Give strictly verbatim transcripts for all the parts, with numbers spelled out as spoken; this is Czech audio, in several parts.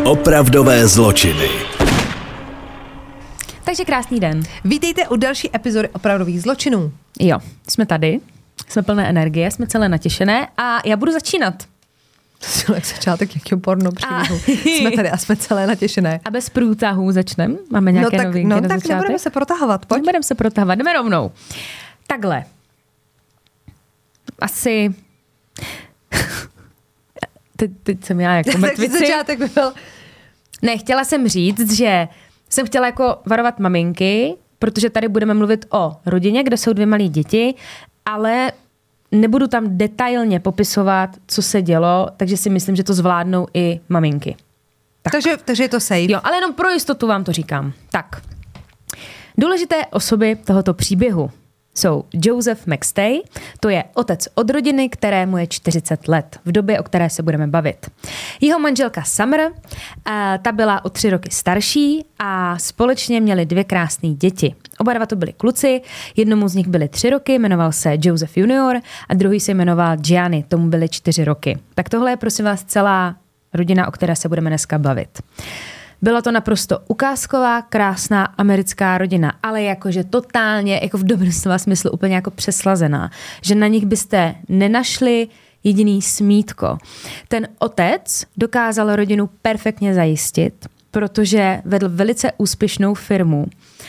Opravdové zločiny. Takže krásný den. Vítejte u další epizody Opravdových zločinů. Jo, jsme tady, jsme plné energie, jsme celé natěšené a já budu začínat. To je začátek jakého porno příběhu. Jsme tady a jsme celé natěšené. A bez průtahů začneme? Máme nějaké no tak, novinky no, na tak začátek? nebudeme se protahovat, pojď. Nebudeme se protahovat, jdeme rovnou. Takhle. Asi... teď, teď jsem já jako mrtvici. Začátek by byl... Ne, chtěla jsem říct, že jsem chtěla jako varovat maminky, protože tady budeme mluvit o rodině, kde jsou dvě malé děti, ale nebudu tam detailně popisovat, co se dělo, takže si myslím, že to zvládnou i maminky. Tak. Takže, takže je to safe. Jo, ale jenom pro jistotu vám to říkám. Tak. Důležité osoby tohoto příběhu jsou Joseph McStay, to je otec od rodiny, kterému je čtyřicet let, v době, o které se budeme bavit. Jeho manželka Summer, ta byla o tři roky starší a společně měli dvě krásné děti. Oba dva to byli kluci, jednomu z nich byly tři roky, jmenoval se Joseph junior a druhý se jmenoval Gianni, tomu byly čtyři roky. Tak tohle je prosím vás celá rodina, o které se budeme dneska bavit. Byla to naprosto ukázková, krásná americká rodina, ale jakože totálně, jako v dobrém slova smyslu, úplně jako přeslazená. Že na nich byste nenašli jediný smítko. Ten otec dokázal rodinu perfektně zajistit, protože vedl velice úspěšnou firmu.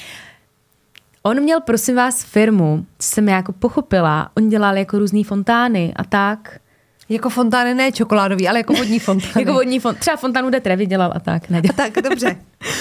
On měl, prosím vás, firmu, co jsem já jako pochopila, on dělal jako různý fontány a tak. Jako fontány, ne čokoládový, ale jako vodní fontány. Jako vodní fontány. Třeba fontánu de Trevi dělal a tak. Nedělal. A tak, dobře.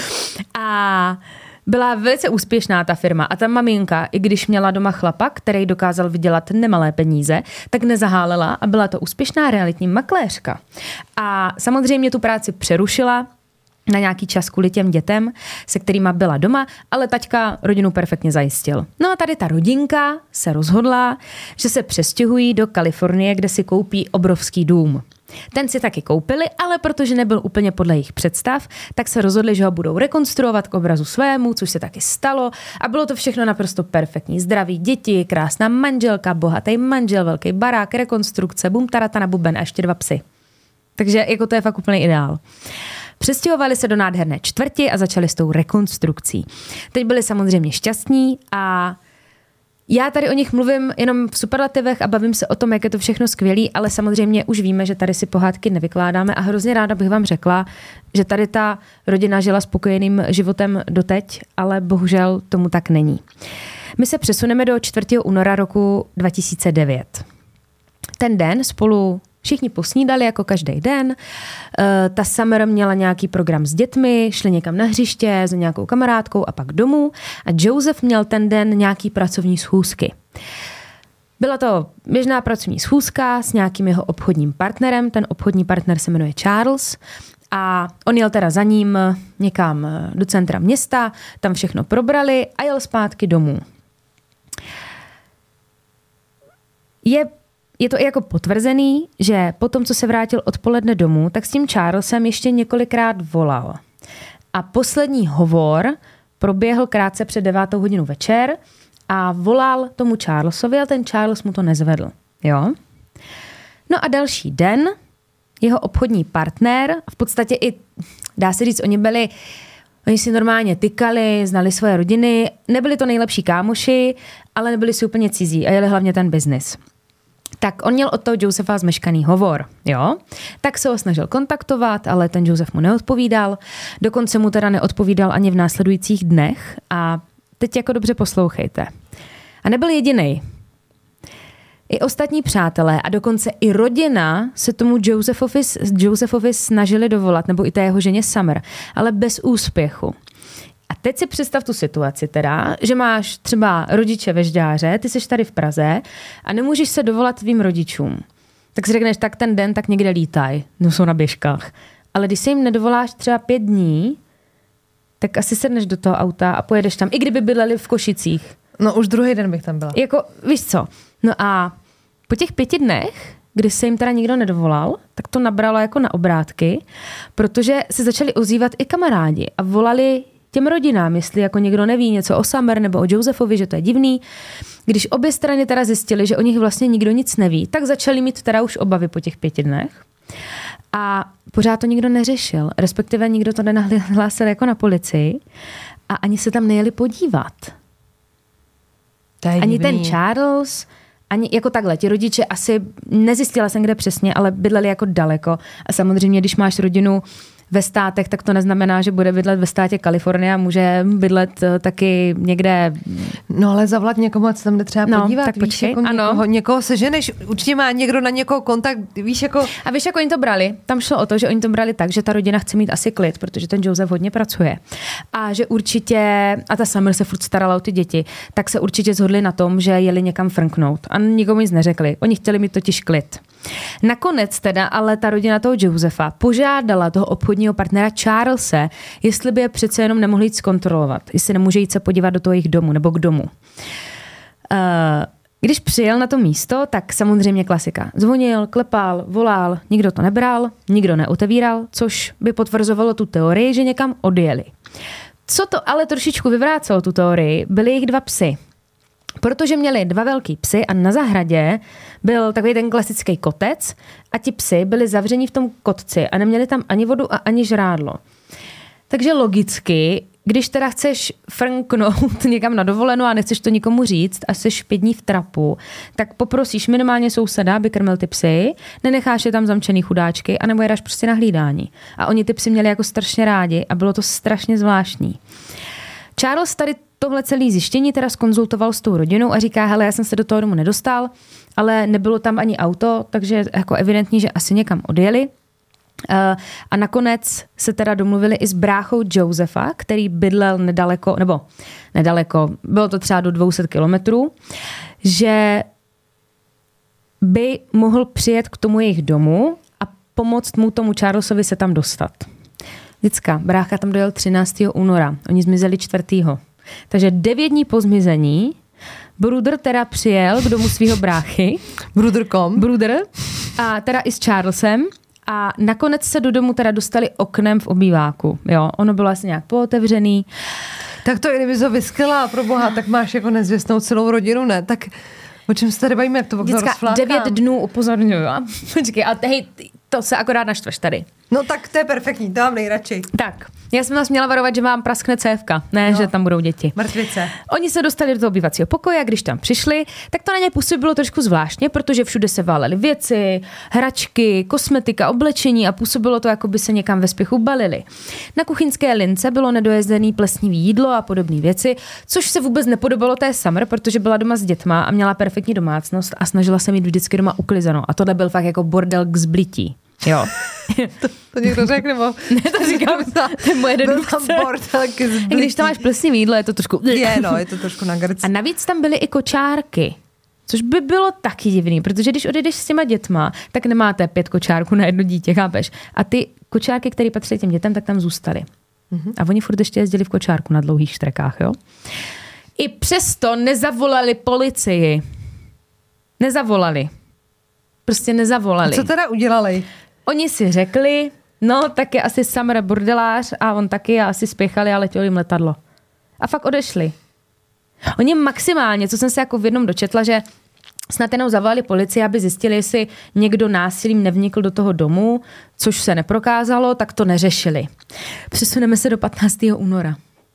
A byla velice úspěšná ta firma. A ta maminka, i když měla doma chlapa, který dokázal vydělat nemalé peníze, tak nezahálela a byla to úspěšná realitní makléřka. A samozřejmě tu práci přerušila na nějaký čas kvůli těm dětem, se kterýma byla doma, ale taťka rodinu perfektně zajistil. No a tady ta rodinka se rozhodla, že se přestěhují do Kalifornie, kde si koupí obrovský dům. Ten si taky koupili, ale protože nebyl úplně podle jejich představ, tak se rozhodli, že ho budou rekonstruovat k obrazu svému, což se taky stalo a bylo to všechno naprosto perfektní. Zdraví děti, krásná manželka, bohatý manžel, velký barák, rekonstrukce, bum tarata na buben a ještě dva psy. Takže jako to je fakt úplný ideál. Přestěhovali se do nádherné čtvrti a začali s tou rekonstrukcí. Teď byli samozřejmě šťastní a já tady o nich mluvím jenom v superlativech a bavím se o tom, jak je to všechno skvělý, ale samozřejmě už víme, že tady si pohádky nevykládáme a hrozně ráda bych vám řekla, že tady ta rodina žila spokojeným životem doteď, ale bohužel tomu tak není. My se přesuneme do čtvrtého února roku dva tisíce devět. Ten den spolu všichni posnídali jako každý den. Uh, ta Summer měla nějaký program s dětmi, šli někam na hřiště za nějakou kamarádkou a pak domů. A Joseph měl ten den nějaký pracovní schůzky. Byla to běžná pracovní schůzka s nějakým jeho obchodním partnerem. Ten obchodní partner se jmenuje Charles. A on jel teda za ním někam do centra města, tam všechno probrali a jel zpátky domů. Je Je to i jako potvrzený, že potom, co se vrátil odpoledne domů, tak s tím Charlesem ještě několikrát volal. A poslední hovor proběhl krátce před devátou hodinu večer a volal tomu Charlesovi a ten Charles mu to nezvedl. Jo? No a další den jeho obchodní partner, v podstatě i, dá se říct, oni byli, oni si normálně tykali, znali svoje rodiny, nebyli to nejlepší kámoši, ale nebyli si úplně cizí a jeli hlavně ten biznis. Tak on měl od toho Josefa zmeškaný hovor, jo? Tak se ho snažil kontaktovat, ale ten Joseph mu neodpovídal. Dokonce mu teda neodpovídal ani v následujících dnech. A teď jako dobře poslouchejte. A nebyl jedinej. I ostatní přátelé a dokonce i rodina se tomu Josephovi, Josephovi snažili dovolat, nebo i té jeho ženě Summer, ale bez úspěchu. A teď si představ tu situaci teda, že máš třeba rodiče ve Žďáře, ty jsi tady v Praze a nemůžeš se dovolat tvým rodičům. Tak si řekneš, tak ten den tak někde lítaj, no jsou na běžkách. Ale když se jim nedovoláš třeba pět dní, tak asi sedneš do toho auta a pojedeš tam, i kdyby bydleli v Košicích. No už druhý den bych tam byla. Jako, víš co, no a po těch pěti dnech, kdy se jim teda nikdo nedovolal, tak to nabralo jako na obrátky, protože se začali ozývat i kamarádi a volali těm rodinám, jestli jako někdo neví něco o Summer nebo o Josephovi, že to je divný. Když obě strany teda zjistili, že o nich vlastně nikdo nic neví, tak začali mít teda už obavy po těch pěti dnech. A pořád to nikdo neřešil, respektive nikdo to nenahlásil jako na policii a ani se tam nejeli podívat. Ani divný. Ten Charles, ani jako takhle, ti rodiče asi, nezjistila jsem kde přesně, ale bydleli jako daleko. A samozřejmě, když máš rodinu ve státech, tak to neznamená, že bude bydlet ve státě Kalifornie a může bydlet taky někde. No ale zavolat někomu, a co tam jde třeba no, podívat, tak víš, počkej, jako ano. Někoho, někoho seženeš, určitě má někdo na někoho kontakt, víš, jako. A víš, jak oni to brali? Tam šlo o to, že oni to brali tak, že ta rodina chce mít asi klid, protože ten Joseph hodně pracuje. A že určitě, a ta Summer se furt starala o ty děti, tak se určitě shodli na tom, že jeli někam frnknout. A nikomu nic neřekli. Oni chtěli mít totiž klid. Nakonec teda ale ta rodina toho Josepha požádala toho obchodního partnera Charlese, jestli by je přece jenom nemohli jít zkontrolovat, jestli nemůže jít se podívat do toho jejich domu nebo k domu. Uh, když přijel na to místo, tak samozřejmě klasika. Zvonil, klepal, volal, nikdo to nebral, nikdo neotevíral, což by potvrzovalo tu teorii, že někam odjeli. Co to ale trošičku vyvrácelo tu teorii, byly jejich dva psy. Protože měli dva velký psy a na zahradě byl takový ten klasický kotec a ti psy byli zavření v tom kotci a neměli tam ani vodu a ani žrádlo. Takže logicky, když teda chceš frnknout někam na dovolenou a nechceš to nikomu říct a jsi pět dní v trapu, tak poprosíš minimálně souseda, aby krmil ty psy, nenecháš je tam zamčený chudáčky a nebo je dáš prostě na hlídání. A oni ty psy měli jako strašně rádi a bylo to strašně zvláštní. Charles tady tohle celé zjištění teda zkonzultoval s tou rodinou a říká, hele, já jsem se do toho domu nedostal, ale nebylo tam ani auto, takže jako evidentní, že asi někam odjeli. A nakonec se teda domluvili i s bráchou Josepha, který bydlel nedaleko, nebo nedaleko, bylo to třeba do dvě stě kilometrů, že by mohl přijet k tomu jejich domu a pomoct mu tomu Charlesovi se tam dostat. Vždycka, brácha tam dojel třináctého února, oni zmizeli čtvrtého Takže devět dní po zmizení Bruder teda přijel k domu svého bráchy. Bruder.com. Bruder. A teda i s Charlesem. A nakonec se do domu teda dostali oknem v obýváku. Jo, ono bylo asi nějak pootevřený. Tak to, kdyby to vyskala, pro boha, tak máš jako nezvěstnou celou rodinu, ne? Tak o čem se tady bavíme, jak to okno rozflákám? Devět dnů upozorňuju. Počkej, ale hej, to se akorát naštveš tady. No tak to je perfektní, to mám nejradši. Tak, já jsem vás měla varovat, že vám praskne cévka, ne, no, že tam budou děti. Mrtvice. Oni se dostali do toho obývacího pokoje a když tam přišli, tak to na ně působilo trošku zvláštně, protože všude se válely věci, hračky, kosmetika, oblečení a působilo to, jako by se někam ve spěchu balili. Na kuchyňské lince bylo nedojezdený plesnivý jídlo a podobné věci, což se vůbec nepodobalo té Summer, protože byla doma s dětma a měla perfektní domácnost a snažila se mít vždycky doma uklizeno. A tohle byl fakt jako bordel k zblití. Jo. to, to někdo řekne, nebo... Ne, to říkám, to je moje dedukce. Když tam máš plesnivý jídlo, je to trošku... Je, no, je to trošku na grc. A navíc tam byly i kočárky, což by bylo taky divný, protože když odejdeš s těma dětma, tak nemáte pět kočárků na jedno dítě, chápeš? A ty kočárky, které patří těm dětem, tak tam zůstaly. Mm-hmm. A oni furt ještě jezdili v kočárku na dlouhých štrekách, jo? I přesto nezavolali policii. Nezavolali. Prostě nezavolali. A co teda udělali? Oni si řekli, no tak je asi Summer bordelář a on taky a asi spěchali a letělo jim letadlo. A fakt odešli. Oni maximálně, co jsem se jako v jednom dočetla, že snad jenom zavolali policii, aby zjistili, jestli někdo násilím nevnikl do toho domu, což se neprokázalo, tak to neřešili. Přesuneme se do patnáctého února.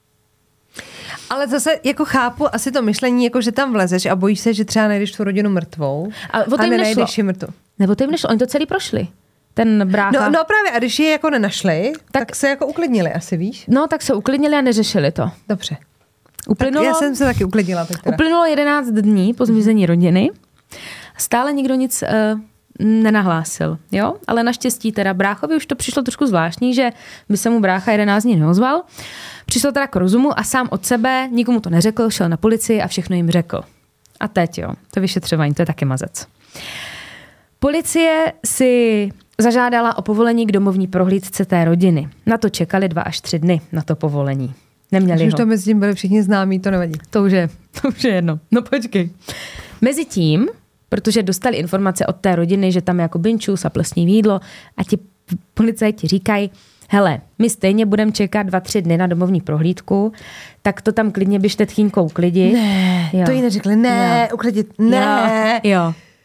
Ale zase jako chápu asi to myšlení, jako že tam vlezeš a bojíš se, že třeba najdeš tu rodinu mrtvou. Ale o to a jim nešlo. Mrtvou. Nebo to jim nešlo, oni to celý prošli. Ten brácha. No, no právě, a když je jako nenašli, tak, tak se jako uklidnili asi, víš? No tak se uklidnili a neřešili to. Dobře. Uplynulo, já jsem se taky uklidnila. Tak teda. Uplynulo jedenáct dní po zmizení rodiny. Stále nikdo nic uh, nenahlásil, jo? Ale naštěstí teda bráchovi už to přišlo trošku zvláštní, že by se mu brácha jedenáct dní neozval. Přišel teda k rozumu a sám od sebe, nikomu to neřekl, šel na policii a všechno jim řekl. A teď jo, to vyšetřování, to je taky mazec. Policie si zažádala o povolení k domovní prohlídce té rodiny. Na to čekali dva až tři dny, na to povolení. Neměli už ho. to mezi tím byli všichni známí, to nevadí. To už je, to už je jedno. No počkej. Mezitím, protože dostali informace od té rodiny, že tam je jako binčus a plesní jídlo a ti policajti říkají, hele, my stejně budeme čekat dva, tři dny na domovní prohlídku, tak to tam klidně běžte tchýnkou uklidit. Ne, jo. to jí neřekli, ne, jo. uklidit, ne. Jo. jo.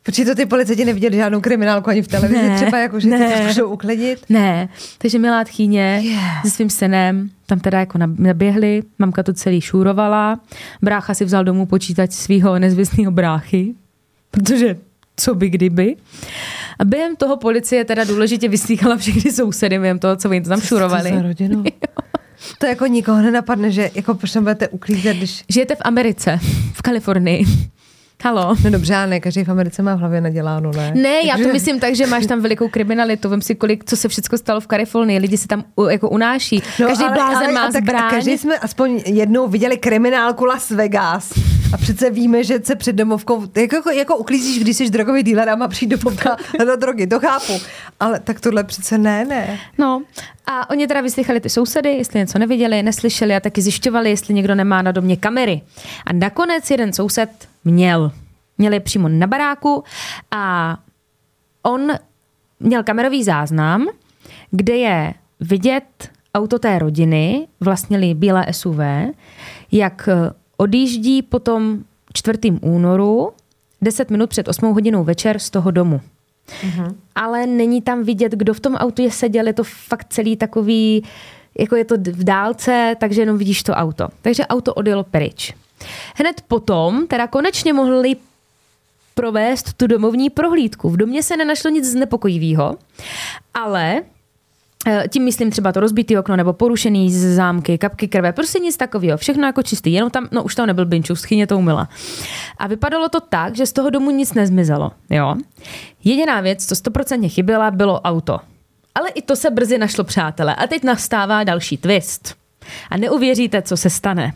Protože to ty policajti neviděli žádnou kriminálku ani v televizi, ne, třeba jako, že ne, ty to zkušou uklidit? Ne, takže milá tchýně yeah. se svým synem tam teda jako naběhli, mamka to celý šúrovala, brácha si vzal domů počítač svého nezvěstného bráchy, protože co by kdyby. A během toho policie teda důležitě vyslýchala všechny sousedy, během toho, co oni to tam co šurovali. To za rodinu? To jako nikoho nenapadne, že jako proč tam budete uklízet, když... Žijete v Americe, v Kalifornii. Halo. No dobře, ale ne, každý v Americe má v hlavě naděláno, ne? Ne, já to myslím tak, že máš tam velikou kriminalitu. Vem si, kolik, co se všechno stalo v Kalifornii. Lidi se tam u, jako unáší. No, každý ale, blázen ale, má zbraň. Každý jsme aspoň jednou viděli kriminálku Las Vegas. A přece víme, že se před domovkou, jako, jako, jako uklízíš, když jsi drogový dealer a má přijít domovka do drogy, to chápu. Ale tak tohle přece ne, ne. No a oni teda vyslychali ty sousedy, jestli něco neviděli, neslyšeli a taky zjišťovali, jestli někdo nemá na domě kamery. A nakonec jeden soused měl. Měl je přímo na baráku a on měl kamerový záznam, kde je vidět auto té rodiny, vlastnili bílé S U V, jak odjíždí potom čtvrtého únoru deset minut před osmou hodinou večer z toho domu. Mm-hmm. Ale není tam vidět, kdo v tom autu je seděl, je to fakt celý takový, jako je to v dálce, takže jenom vidíš to auto. Takže auto odjelo pryč. Hned potom teda konečně mohli provést tu domovní prohlídku. V domě se nenašlo nic znepokojivého, ale tím myslím třeba to rozbitý okno nebo porušený zámky, kapky krve, prostě nic takového. Všechno jako čistý, jenom tam, no už tam nebyl binčů, schyně to umyla. A vypadalo to tak, že z toho domu nic nezmizelo. Jo? Jediná věc, co stoprocentně chyběla, bylo auto. Ale i to se brzy našlo, přátelé. A teď nastává další twist. A neuvěříte, co se stane.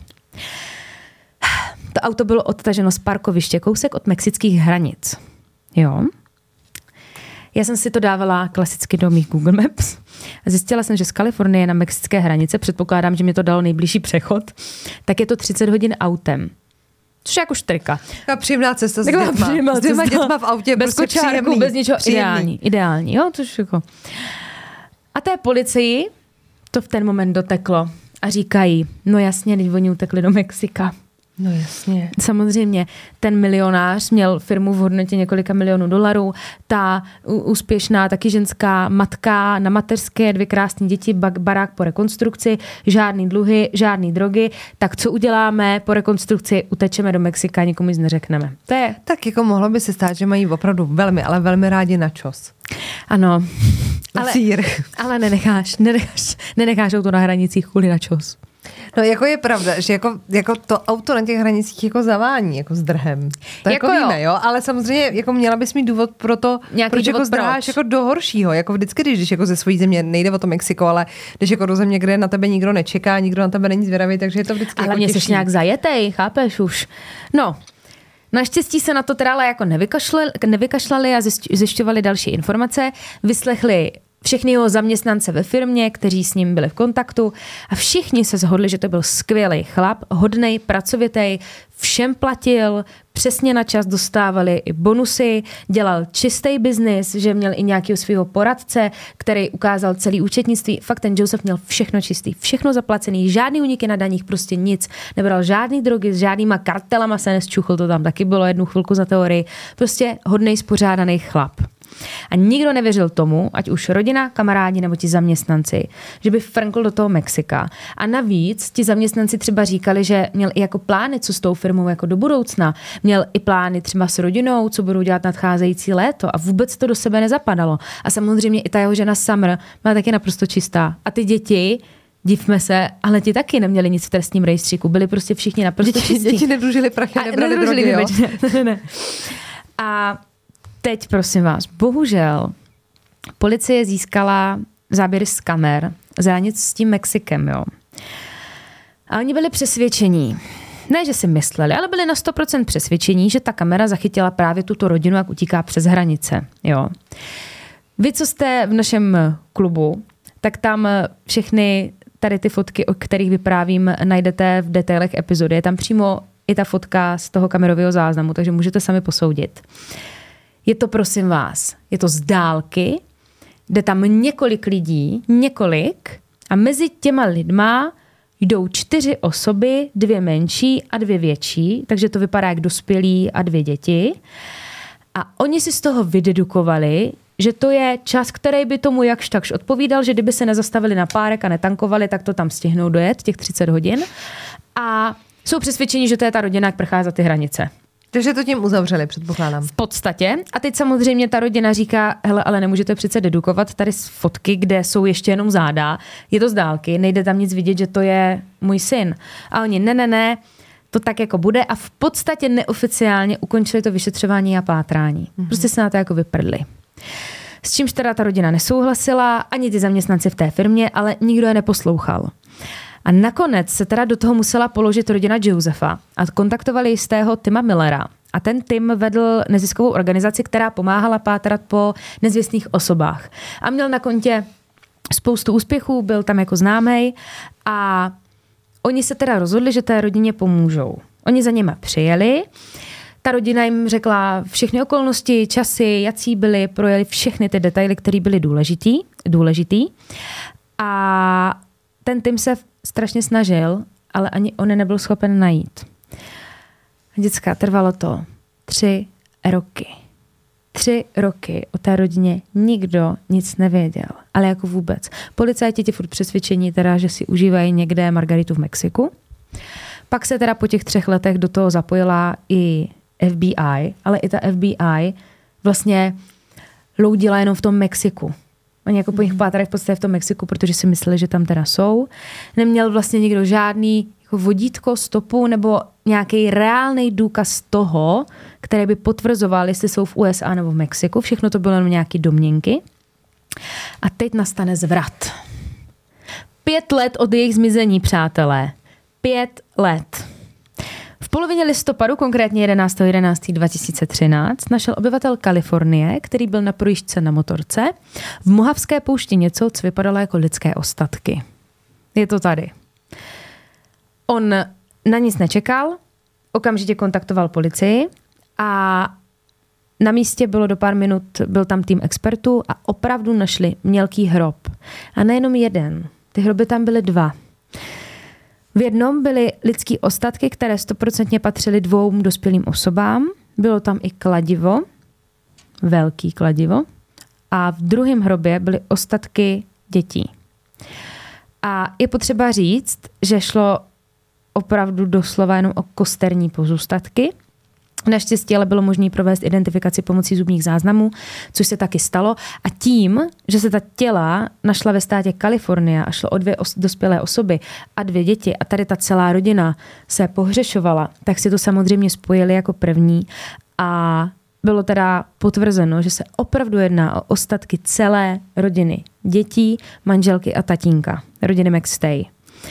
To auto bylo odtaženo z parkoviště, kousek od mexických hranic. Jo? Já jsem si to dávala klasicky do mých Google Maps a zjistila jsem, že z Kalifornie na mexické hranice, předpokládám, že mi to dalo nejbližší přechod, tak je to třicet hodin autem. Což je jako štrika. Taková příjemná cesta s dětma. S dvěma dětma v autě. Bez prostě kočárku, bez ničeho. Příjemný. Ideální, ideální. Jo, což jako. A té policii to v ten moment doteklo a říkají, no jasně, teď oni utekli do Mexika. No jasně. Samozřejmě, ten milionář měl firmu v hodnotě několika milionů dolarů, ta úspěšná taky ženská matka na mateřské, dvě krásné děti, barák po rekonstrukci, žádný dluhy, žádný drogy, tak co uděláme po rekonstrukci, utečeme do Mexika, nikomu nic neřekneme. To je... Tak jako mohlo by se stát, že mají opravdu velmi, ale velmi rádi načos. Ano. Ale, ale nenecháš, nenecháš, nenecháš auto na hranicích kvůli načos. No jako je pravda, že jako, jako to auto na těch hranicích jako zavání, jako s drhem. To jako, jako víme, jo. jo, ale samozřejmě jako měla bys mít důvod pro to, nějaký proč jako zdráš jako do horšího. Jako vždycky, když jdeš jako ze svojí země, nejde o to Mexiko, ale když jako do země, kde na tebe nikdo nečeká, nikdo na tebe není zvědavý, takže je to vždycky ale jako mě těžší. Jsi nějak zajetej, chápeš už. No, naštěstí se na to teda ale jako nevykašlali, nevykašlali a zjišťovali další informace, vyslechli všechny jeho zaměstnance ve firmě, kteří s ním byli v kontaktu a všichni se shodli, že to byl skvělý chlap, hodnej, pracovitej, všem platil, přesně na čas dostávali i bonusy, dělal čistý biznis, že měl i nějakého svého poradce, který ukázal celý účetnictví. Fakt ten Joseph měl všechno čistý, všechno zaplacený, žádný úniky na daních, prostě nic. Nebral žádný drogy, s žádnýma kartelama se nesčuchl, to tam taky bylo jednu chvilku za teorii. Prostě hodnej, spořádaný chlap. A nikdo nevěřil tomu, ať už rodina, kamarádi nebo ti zaměstnanci, že by frnkl do toho Mexika. A navíc ti zaměstnanci třeba říkali, že měl i jako plány, co s tou firmou jako do budoucna. Měl i plány třeba s rodinou, co budou dělat nadcházející léto a vůbec to do sebe nezapadalo. A samozřejmě i ta jeho žena Summer byla taky naprosto čistá. A ty děti, divme se, ale ti taky neměli nic v trestním rejstříku. Byli prostě všichni naprosto čistí. Děti nedlužili prachy, nebrali drogy, jo? Ne, ne, ne. A teď, prosím vás, bohužel policie získala záběry z kamer z hranic s tím Mexikem, jo. A oni byli přesvědčení, ne, že si mysleli, ale byli na sto procent přesvědčení, že ta kamera zachytila právě tuto rodinu, jak utíká přes hranice, jo. Vy, co jste v našem klubu, tak tam všechny tady ty fotky, o kterých vyprávím, najdete v detailech epizody. Je tam přímo i ta fotka z toho kamerového záznamu, takže můžete sami posoudit. Je to, prosím vás, je to z dálky, jde tam několik lidí, několik a mezi těma lidma jdou čtyři osoby, dvě menší a dvě větší, takže to vypadá jak dospělí a dvě děti. A oni si z toho vydedukovali, že to je čas, který by tomu jakž takž odpovídal, že kdyby se nezastavili na párek a netankovali, tak to tam stihnou dojet, těch třicet hodin. A jsou přesvědčeni, že to je ta rodina, jak prchá za ty hranice. Takže to tím uzavřeli, předpokládám. V podstatě. A teď samozřejmě ta rodina říká, hele, ale nemůžete přece dedukovat tady z fotky, kde jsou ještě jenom záda. Je to z dálky, nejde tam nic vidět, že to je můj syn. A oni, ne, ne, ne, to tak jako bude. A v podstatě neoficiálně ukončili to vyšetřování a pátrání. Mm-hmm. Prostě se na to jako vyprdli. S čímž teda ta rodina nesouhlasila, ani ty zaměstnanci v té firmě, ale nikdo je neposlouchal. A nakonec se teda do toho musela položit rodina Josefa a kontaktovali jistého Tima Millera. A ten Tim vedl neziskovou organizaci, která pomáhala pátrat po nezvěstných osobách. A měl na kontě spoustu úspěchů, byl tam jako známej a oni se teda rozhodli, že té rodině pomůžou. Oni za nima přijeli, ta rodina jim řekla všechny okolnosti, časy, jací byli, projeli všechny ty detaily, které byly důležitý, důležitý. A ten Tim se strašně snažil, ale ani on nebyl schopen najít. Děcka, trvalo to tři roky. Tři roky o té rodině nikdo nic nevěděl, ale jako vůbec. Policajti ti furt přesvědčení teda, že si užívají někde margaritu v Mexiku. Pak se teda po těch třech letech do toho zapojila i F B I, ale i ta F B I vlastně loudila jenom v tom Mexiku. Oni jako po nich pátrali v podstatě v tom Mexiku, protože si mysleli, že tam teda jsou. Neměl vlastně nikdo žádný jako vodítko, stopu nebo nějaký reálný důkaz toho, který by potvrzoval, jestli jsou v U S A nebo v Mexiku. Všechno to bylo jenom nějaký domněnky. A teď nastane zvrat. Pět let od jejich zmizení, přátelé. Pět let. V polovině listopadu, konkrétně jedenáctého jedenáctého dva tisíce třináct, našel obyvatel Kalifornie, který byl na projížďce na motorce, v Mohavské poušti něco, co vypadalo jako lidské ostatky. Je to tady. On na nic nečekal, okamžitě kontaktoval policii a na místě bylo do pár minut, byl tam tým expertů a opravdu našli mělký hrob. A nejenom jeden, ty hroby tam byly dva. V jednom byly lidský ostatky, které stoprocentně patřily dvou dospělým osobám. Bylo tam i kladivo, velký kladivo. A v druhém hrobě byly ostatky dětí. A je potřeba říct, že šlo opravdu doslova jenom o kosterní pozůstatky. Naštěstí ale bylo možné provést identifikaci pomocí zubních záznamů, což se taky stalo. A tím, že se ta těla našla ve státě Kalifornie a šlo o dvě os- dospělé osoby a dvě děti a tady ta celá rodina se pohřešovala, tak si to samozřejmě spojili jako první a bylo teda potvrzeno, že se opravdu jedná o ostatky celé rodiny. Dětí, manželky a tatínka. Rodiny McStay.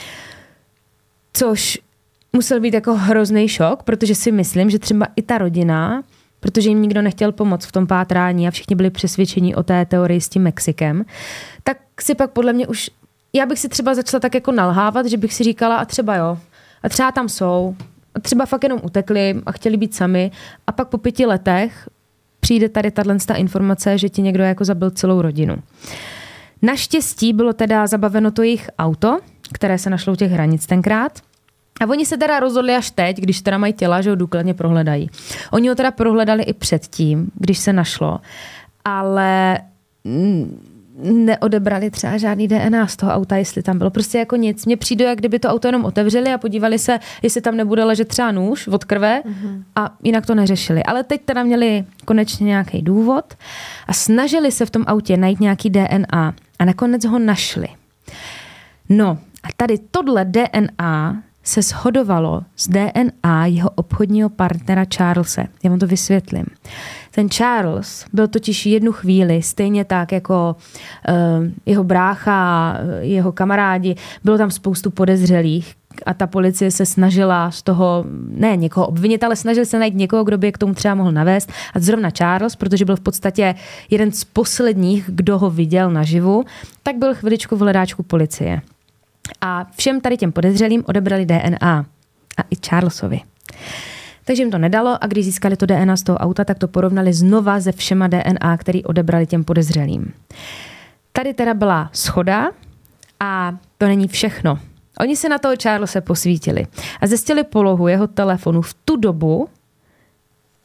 Což musel být jako hrozný šok, protože si myslím, že třeba i ta rodina, protože jim nikdo nechtěl pomoct v tom pátrání a všichni byli přesvědčení o té teorii s tím Mexikem, tak si pak podle mě už, já bych si třeba začala tak jako nalhávat, že bych si říkala a třeba jo, a třeba tam jsou, a třeba fakt jenom utekli a chtěli být sami a pak po pěti letech přijde tady tato informace, že ti někdo jako zabil celou rodinu. Naštěstí bylo teda zabaveno to jejich auto, které se našlo u těch hranic tenkrát. A oni se teda rozhodli až teď, když teda mají těla, že ho důkladně prohledají. Oni ho teda prohledali i předtím, když se našlo, ale neodebrali třeba žádný D N A z toho auta, jestli tam bylo. Prostě jako nic. Mně přijde, jak kdyby to auto jenom otevřeli a podívali se, jestli tam nebude ležet třeba nůž od krve mm-hmm. a jinak to neřešili. Ale teď teda měli konečně nějaký důvod a snažili se v tom autě najít nějaký D N A a nakonec ho našli. No a tady tohle D N A se shodovalo s D N A jeho obchodního partnera Charlese. Já vám to vysvětlím. Ten Charles byl totiž jednu chvíli, stejně tak jako uh, jeho brácha, jeho kamarádi, bylo tam spoustu podezřelých a ta policie se snažila z toho, ne někoho obvinit, ale snažili se najít někoho, kdo by je k tomu třeba mohl navést. A zrovna Charles, protože byl v podstatě jeden z posledních, kdo ho viděl naživu, tak byl chviličku v hledáčku policie. A všem tady těm podezřelým odebrali D N A. A i Charlesovi. Takže jim to nedalo a když získali to D N A z toho auta, tak to porovnali znova se všema D N A, který odebrali těm podezřelým. Tady teda byla shoda a to není všechno. Oni se na toho Charlese posvítili a zjistili polohu jeho telefonu v tu dobu,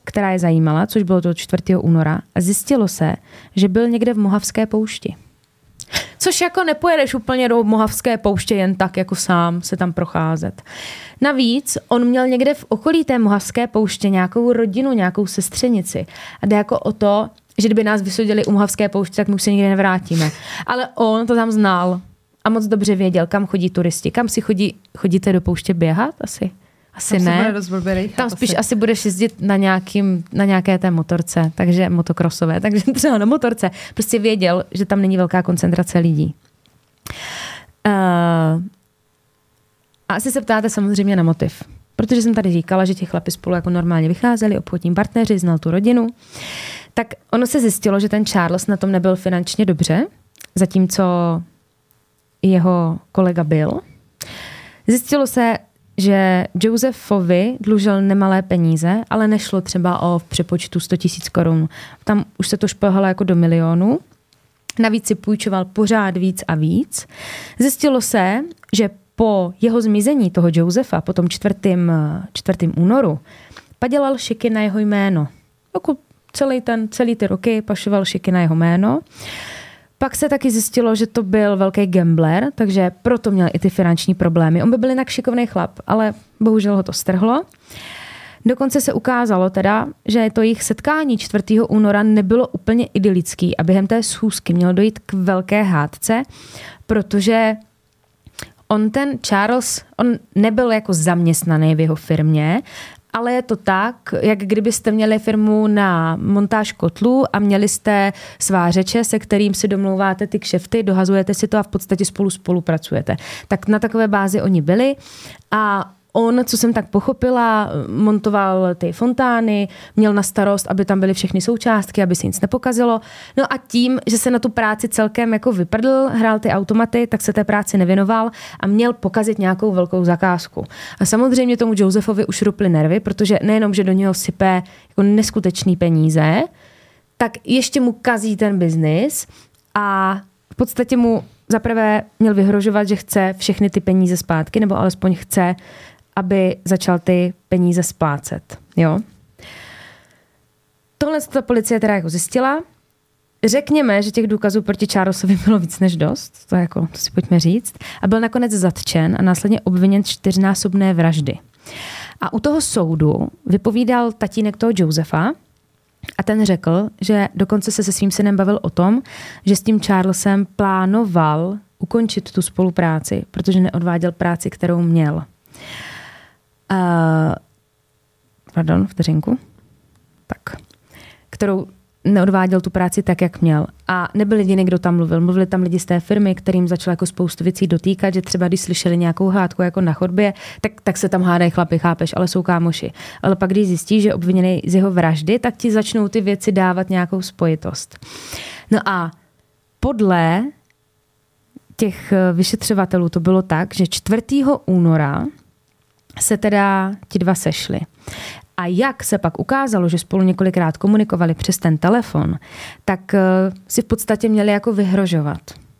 která je zajímala, což bylo to čtvrtého února, a zjistilo se, že byl někde v Mohavské poušti. Což jako nepojedeš úplně do Mohavské pouště jen tak jako sám se tam procházet. Navíc on měl někde v okolí té Mohavské pouště nějakou rodinu, nějakou sestřenici. A jde jako o to, že kdyby nás vysudili u Mohavské pouště, tak my už se nikdy nevrátíme. Ale on to tam znal a moc dobře věděl, kam chodí turisti. Kam si chodí, chodíte do pouště běhat asi? Asi tam ne. Tam spíš asi. asi budeš jezdit na, nějakým, na nějaké té motorce, takže motokrosové, takže třeba na motorce. Prostě věděl, že tam není velká koncentrace lidí. Uh, a asi se ptáte samozřejmě na motiv. Protože jsem tady říkala, že ti chlapi spolu jako normálně vycházeli, obchodní partneři, znal tu rodinu. Tak ono se zjistilo, že ten Charles na tom nebyl finančně dobře, zatímco jeho kolega byl. Zjistilo se, že Josephovi dlužil nemalé peníze, ale nešlo třeba o v přepočtu sto tisíc korun. Tam už se to šplhalo jako do milionu. Navíc si půjčoval pořád víc a víc. Zjistilo se, že po jeho zmizení toho Josefa, po tom čtvrtým, čtvrtým únoru, padělal šiky na jeho jméno. Jako celý, ten, celý ty roky pašoval šiky na jeho jméno. Pak se taky zjistilo, že to byl velký gambler, takže proto měl i ty finanční problémy. On by byl jinak šikovný chlap, ale bohužel ho to strhlo. Dokonce se ukázalo teda, že to jejich setkání čtvrtého února nebylo úplně idylický a během té schůzky mělo dojít k velké hádce, protože on ten Charles, on nebyl jako zaměstnaný v jeho firmě, ale je to tak, jak kdybyste měli firmu na montáž kotlů a měli jste svářeče, se kterým si domlouváte ty kšefty, dohazujete si to a v podstatě spolu spolupracujete. Tak na takové bázi oni byli a on, co jsem tak pochopila, montoval ty fontány, měl na starost, aby tam byly všechny součástky, aby se nic nepokazilo. No a tím, že se na tu práci celkem jako vyprdl, hrál ty automaty, tak se té práci nevěnoval a měl pokazit nějakou velkou zakázku. A samozřejmě tomu Josephovi už ruply nervy, protože nejenom, že do něho sype jako neskutečný peníze, tak ještě mu kazí ten biznis a v podstatě mu zaprvé měl vyhrožovat, že chce všechny ty peníze zpátky, nebo alespoň chce, aby začal ty peníze splácet. Jo? Tohle ta policie teda jako zjistila. Řekněme, že těch důkazů proti Charlesovi bylo víc než dost, to, jako, to si pojďme říct, a byl nakonec zatčen a následně obviněn čtyřnásobné vraždy. A u toho soudu vypovídal tatínek toho Josefa a ten řekl, že dokonce se se svým synem bavil o tom, že s tím Charlesem plánoval ukončit tu spolupráci, protože neodváděl práci, kterou měl. Uh, pardon, vteřinku. Tak. Kterou neodváděl tu práci tak, jak měl. A nebyl jediný, kdo tam mluvil. Mluvili tam lidi z té firmy, kterým začal jako spoustu věcí dotýkat, že třeba když slyšeli nějakou hádku jako na chodbě, tak, tak se tam hádají chlapi, chápeš, ale jsou kámoši. Ale pak, když zjistíš, že je obviněný z jeho vraždy, tak ti začnou ty věci dávat nějakou spojitost. No a podle těch vyšetřovatelů to bylo tak, že čtvrtého února se teda ti dva sešli. A jak se pak ukázalo, že spolu několikrát komunikovali přes ten telefon, tak uh, si v podstatě měli jako vyhrožovat.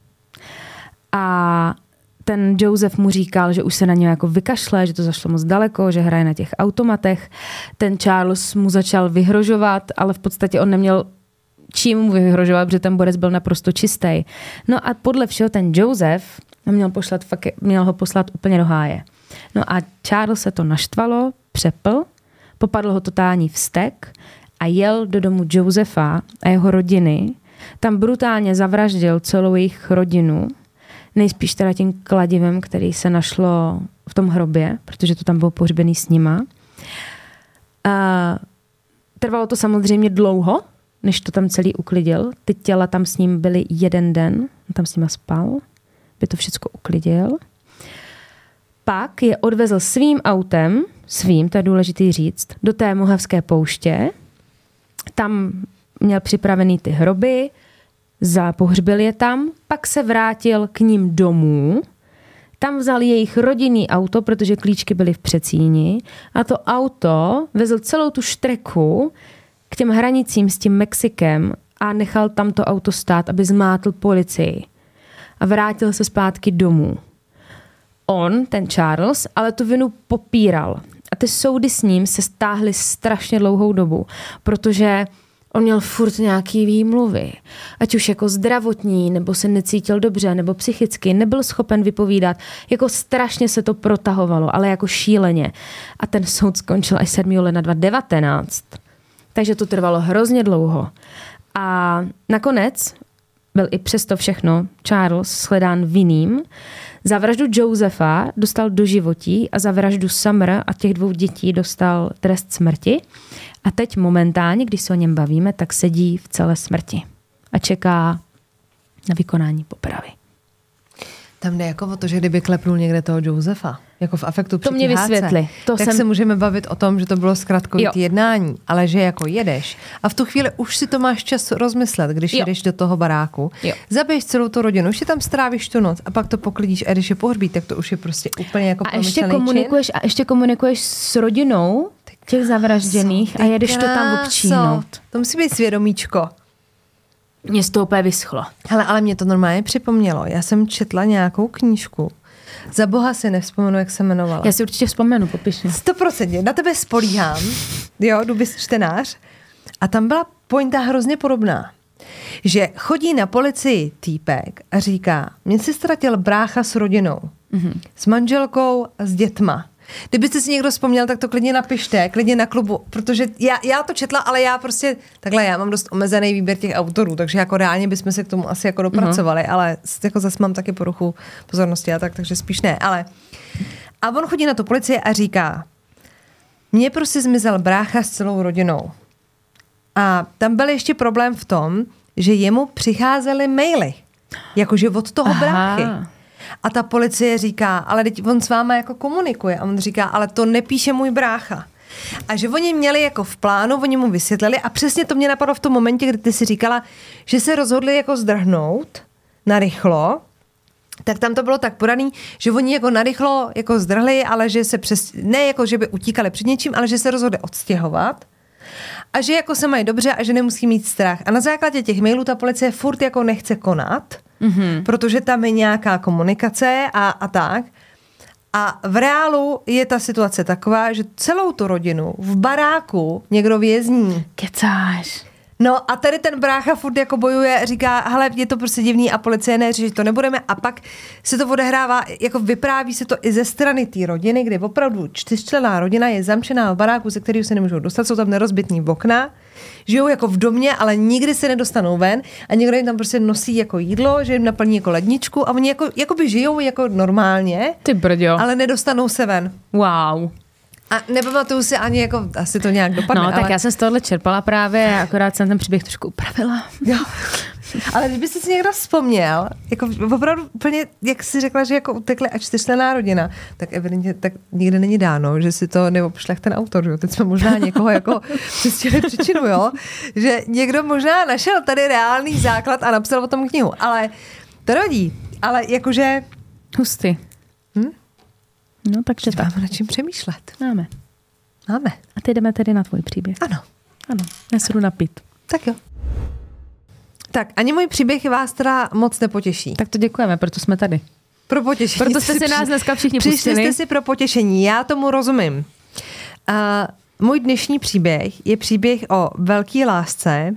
A ten Joseph mu říkal, že už se na něj jako vykašle, že to zašlo moc daleko, že hraje na těch automatech. Ten Charles mu začal vyhrožovat, ale v podstatě on neměl čím mu vyhrožovat, protože ten borec byl naprosto čistý. No a podle všeho ten Joseph měl, pošlat, měl ho poslat úplně do háje. No a Charles se to naštvalo, přepl, popadl ho totální vztek a jel do domu Josefa a jeho rodiny. Tam brutálně zavraždil celou jejich rodinu, nejspíš teda tím kladivem, který se našlo v tom hrobě, protože to tam bylo pohřbený s nima. A trvalo to samozřejmě dlouho, než to tam celý uklidil. Ty těla tam s ním byly jeden den, on tam s nima spal, by to všecko uklidil. Pak je odvezl svým autem, svým, to je důležitý říct, do té Mohavské pouště. Tam měl připravený ty hroby, zapohřbil je tam, pak se vrátil k ním domů, tam vzal jejich rodinný auto, protože klíčky byly v předsíni a to auto vezl celou tu štreku k těm hranicím s tím Mexikem a nechal tam to auto stát, aby zmátl policii. A vrátil se zpátky domů. On, ten Charles, ale tu vinu popíral. A ty soudy s ním se stáhly strašně dlouhou dobu, protože on měl furt nějaký výmluvy. Ať už jako zdravotní, nebo se necítil dobře, nebo psychicky, nebyl schopen vypovídat. Jako strašně se to protahovalo, ale jako šíleně. A ten soud skončil až sedmého ledna dva tisíce devatenáct. Takže to trvalo hrozně dlouho. A nakonec byl i přesto všechno Charles shledán vinným. Za vraždu Josefa dostal doživotí a za vraždu Summer a těch dvou dětí dostal trest smrti. A teď momentálně, když se o něm bavíme, tak sedí v celé smrti a čeká na vykonání popravy. Tam jde jako o to, že kdyby klepnul někde toho Josefa, jako v afektu při to mě vysvětli. To tak jsem... se můžeme bavit o tom, že to bylo zkratkovité jednání, ale že jako jedeš a v tu chvíli už si to máš čas rozmyslet, když jo. jedeš do toho baráku, jo. zabiješ celou tu rodinu, už si tam strávíš tu noc a pak to poklidíš a když je pohřbít, tak to už je prostě úplně jako a ještě komunikuješ čin. A ještě komunikuješ s rodinou těch zavražděných a jedeš to tam občínout. To musí být svědomíčko. Mně z toho úplně vyschlo. Hele, ale mě to normálně připomnělo. Já jsem četla nějakou knížku. Za boha si nevzpomenu, jak se jmenovala. Já si určitě vzpomenu, popiš mě. sto procent. Na tebe spolíhám. Jo, jdu bys čtenář. A tam byla pointa hrozně podobná. Že chodí na policii týpek a říká, mě si ztratil brácha s rodinou. Mm-hmm. S manželkou a s dětma. Kdybyste si někdo vzpomněl, tak to klidně napište, klidně na klubu, protože já, já to četla, ale já prostě, takhle já mám dost omezený výběr těch autorů, takže jako reálně bychom se k tomu asi jako dopracovali, uh-huh. ale jako zase mám taky poruchu pozornosti a tak, takže spíš ne, ale a on chodí na tu policii a říká, mně prostě zmizel brácha s celou rodinou. A tam byl ještě problém v tom, že jemu přicházely maily, jakože od toho Aha. bráchy. A ta policie říká, ale teď on s váma jako komunikuje. A on říká, ale to nepíše můj brácha. A že oni měli jako v plánu, oni mu vysvětlili a přesně to mě napadlo v tom momentě, kdy ty si říkala, že se rozhodli jako zdrhnout narychlo, tak tam to bylo tak podaný, že oni jako narychlo jako zdrhli, ale že se přes, ne jako, že by utíkali před něčím, ale že se rozhodli odstěhovat a že jako se mají dobře a že nemusí mít strach. A na základě těch mailů ta policie furt jako nechce konat, mm-hmm. protože tam je nějaká komunikace a, a tak. A v reálu je ta situace taková, že celou tu rodinu v baráku někdo vězní. Kecáš. No a tady ten brácha furt jako bojuje, říká, hele, je to prostě divný a policie ne, že to nebudeme. A pak se to odehrává, jako vypráví se to i ze strany té rodiny, kde opravdu čtyřčlenná rodina je zamčená v baráku, ze kterého se nemůžou dostat, jsou tam nerozbitní okna, žijou jako v domě, ale nikdy se nedostanou ven a někdo jim tam prostě nosí jako jídlo, že jim naplní jako ledničku a oni jako, jako by žijou jako normálně, Ty brďo. ale nedostanou se ven. Wow. A nepamatuju si ani, jako asi to nějak dopadne. No, tak ale... já jsem z tohohle čerpala právě, akorát jsem ten příběh trošku upravila. Jo. Ale kdybyste si někdo vzpomněl, jako opravdu úplně, jak jsi řekla, že jako utekli a čtyřčlenná rodina, tak evidentně tak nikde není dáno, že si to neobšlech ten autor, jo. Teď jsme možná někoho jako přistihli příčinu, jo. Že někdo možná našel tady reálný základ a napsal o tom knihu, ale to rodí. Ale jakože... Hustý. Hm? No, takže tak. Máme nad čím přemýšlet. Máme. Máme. A teď jdeme tedy na tvůj příběh. Ano. Ano, já se jdu napít. Tak jo. Tak, ani můj příběh vás teda moc nepotěší. Tak to děkujeme, proto jsme tady. Pro potěšení. Proto jste si nás dneska všichni pustili. Přišli jste si pro potěšení, já tomu rozumím. Uh, můj dnešní příběh je příběh o velké lásce,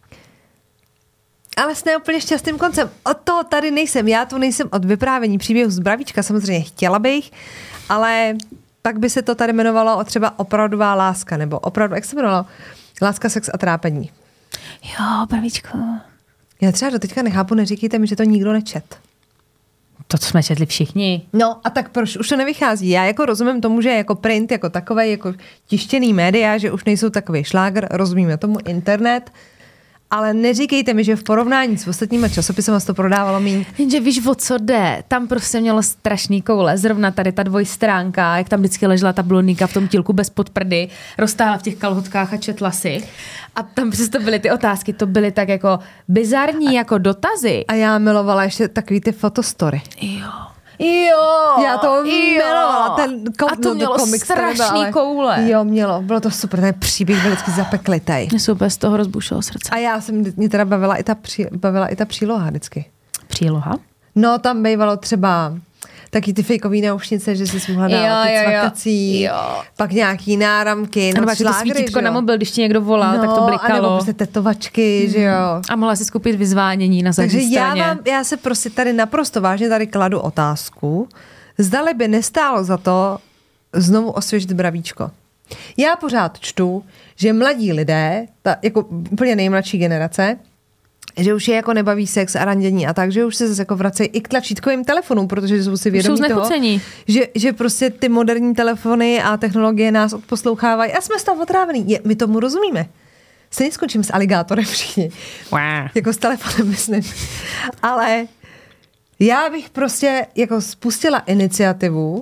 ale s neúplně šťastným koncem. Od toho tady nejsem. Já tu nejsem od vyprávění příběhu z Bravíčka. Samozřejmě chtěla bych, ale pak by se to tady jmenovalo o třeba opravdová láska, nebo opravdu, jak se jmenovalo? Láska, sex a trápení. Jo, Bravíčko. Já třeba do teďka nechápu, neříkejte mi, že to nikdo nečet. To, co jsme četli všichni. No a tak proč? Už to nevychází. Já jako rozumím tomu, že jako print, jako takové, jako tištěný média, že už nejsou takový šlágr, rozumíme tomu internet, ale neříkejte mi, že v porovnání s ostatníma časopisy to prodávalo míň. Jenže víš, o co jde? Tam prostě mělo strašný koule. Zrovna tady ta dvojstránka, jak tam vždycky ležela ta blondýnka v tom tílku bez podprdy, roztáhla v těch kalhotkách a četla si. A tam přesto byly ty otázky, to byly tak jako bizarní jako dotazy. A já milovala ještě takový ty fotostory. Jo. Jo, já to milovala, ten kom, a to mělo no, komik strašný ale... koule. Jo, mělo, bylo to super, ten příběh byl vždycky zapeklitej. Mě se úplně z toho rozbušilo srdce. A já jsem, mě teda bavila i ta, pří, bavila i ta příloha vždycky. Příloha? No, tam bývalo třeba taky ty fejkový náušnice, že jsi mohla dávat ty cvakací, pak nějaký náramky, no šlágry, to svítítko na mobil, když ti někdo volal, no, tak to blikalo. A nebo prostě tetovačky, mm. že jo. A mohla si skupit vyzvánění na zadní Takže straně. Já, vám, já se prostě tady naprosto vážně tady kladu otázku, zdali by nestálo za to znovu osvěžit bravíčko. Já pořád čtu, že mladí lidé, ta jako úplně nejmladší generace, že už je jako nebaví sex a randění a tak, že už se zase jako vracejí i k tlačítkovým telefonům, protože jsou si vědomí toho, že, že prostě ty moderní telefony a technologie nás odposlouchávají a jsme z toho otrávení. Je, my tomu rozumíme. Se neskončím s aligátorem všichni. Wow. Jako s telefonem, myslím. Ale já bych prostě jako spustila iniciativu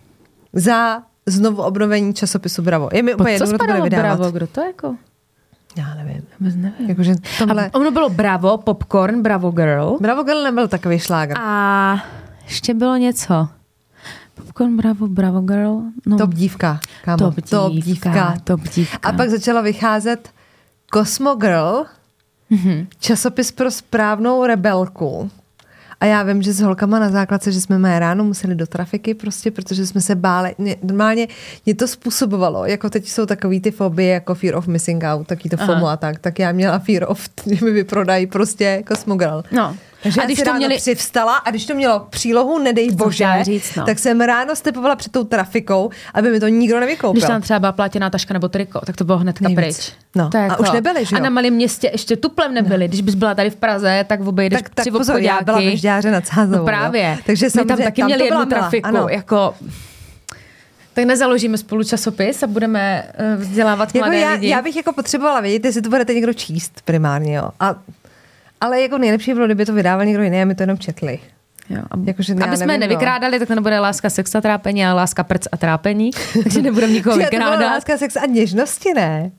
za znovu obnovení časopisu Bravo. Je mi úplně jedno, kdo to bude vydávat. Bravo? Kdo to jako? Já nevím. Vůbec nevím. Jakože tomhle... A ono bylo Bravo, Popcorn, Bravo Girl. Bravo Girl nebyl takový šlágr. A ještě bylo něco. Popcorn, Bravo, Bravo Girl. No. Top dívka. Kámo. Top dívka, top dívka. Top dívka. A pak začala vycházet Cosmo Girl, mm-hmm. časopis pro správnou rebelku. A já vím, že s holkama na základce, že jsme mé ráno museli do trafiky prostě, protože jsme se báli. Normálně mě to způsobovalo, jako teď jsou takový ty fobie, jako fear of missing out, taky to FOMO a tak. Tak já měla fear of, že mi vyprodají prostě Cosmo Girl. No. Takže a když to měli... přivstala a když to mělo přílohu, nedej bože, říct, no. tak jsem ráno stepovala před tou trafikou, aby mi to nikdo nevykoupil. Když tam třeba byla platěná taška nebo triko, tak to bylo hnedka pryč. No. To jako... A už nebyly, že jo? A na malém městě ještě tuplem nebyly. No. Když bys byla tady v Praze, tak obejdeš tak, tři tak pozor, já byla ve Žďáře nad Sázovou. No právě. Takže my tam taky tam měli jednu trafiku. Ano. Jako... Tak nezaložíme spolu časopis a budeme vzdělávat mladé jako já, lidi. Já bych jako potřebovala vědět, jestli to budete někdo číst primárně, jo. A ale jako nejlepší bylo, kdyby to vydával někdo jiný a my to jenom četli. Jo, a jako, že aby jsme nevím, nevykrádali, tak to nebude láska, sex a trápení, ale láska, prc a trápení. Takže nebudeme nikoho vykrádat. To byla láska, sex a něžnosti, ne?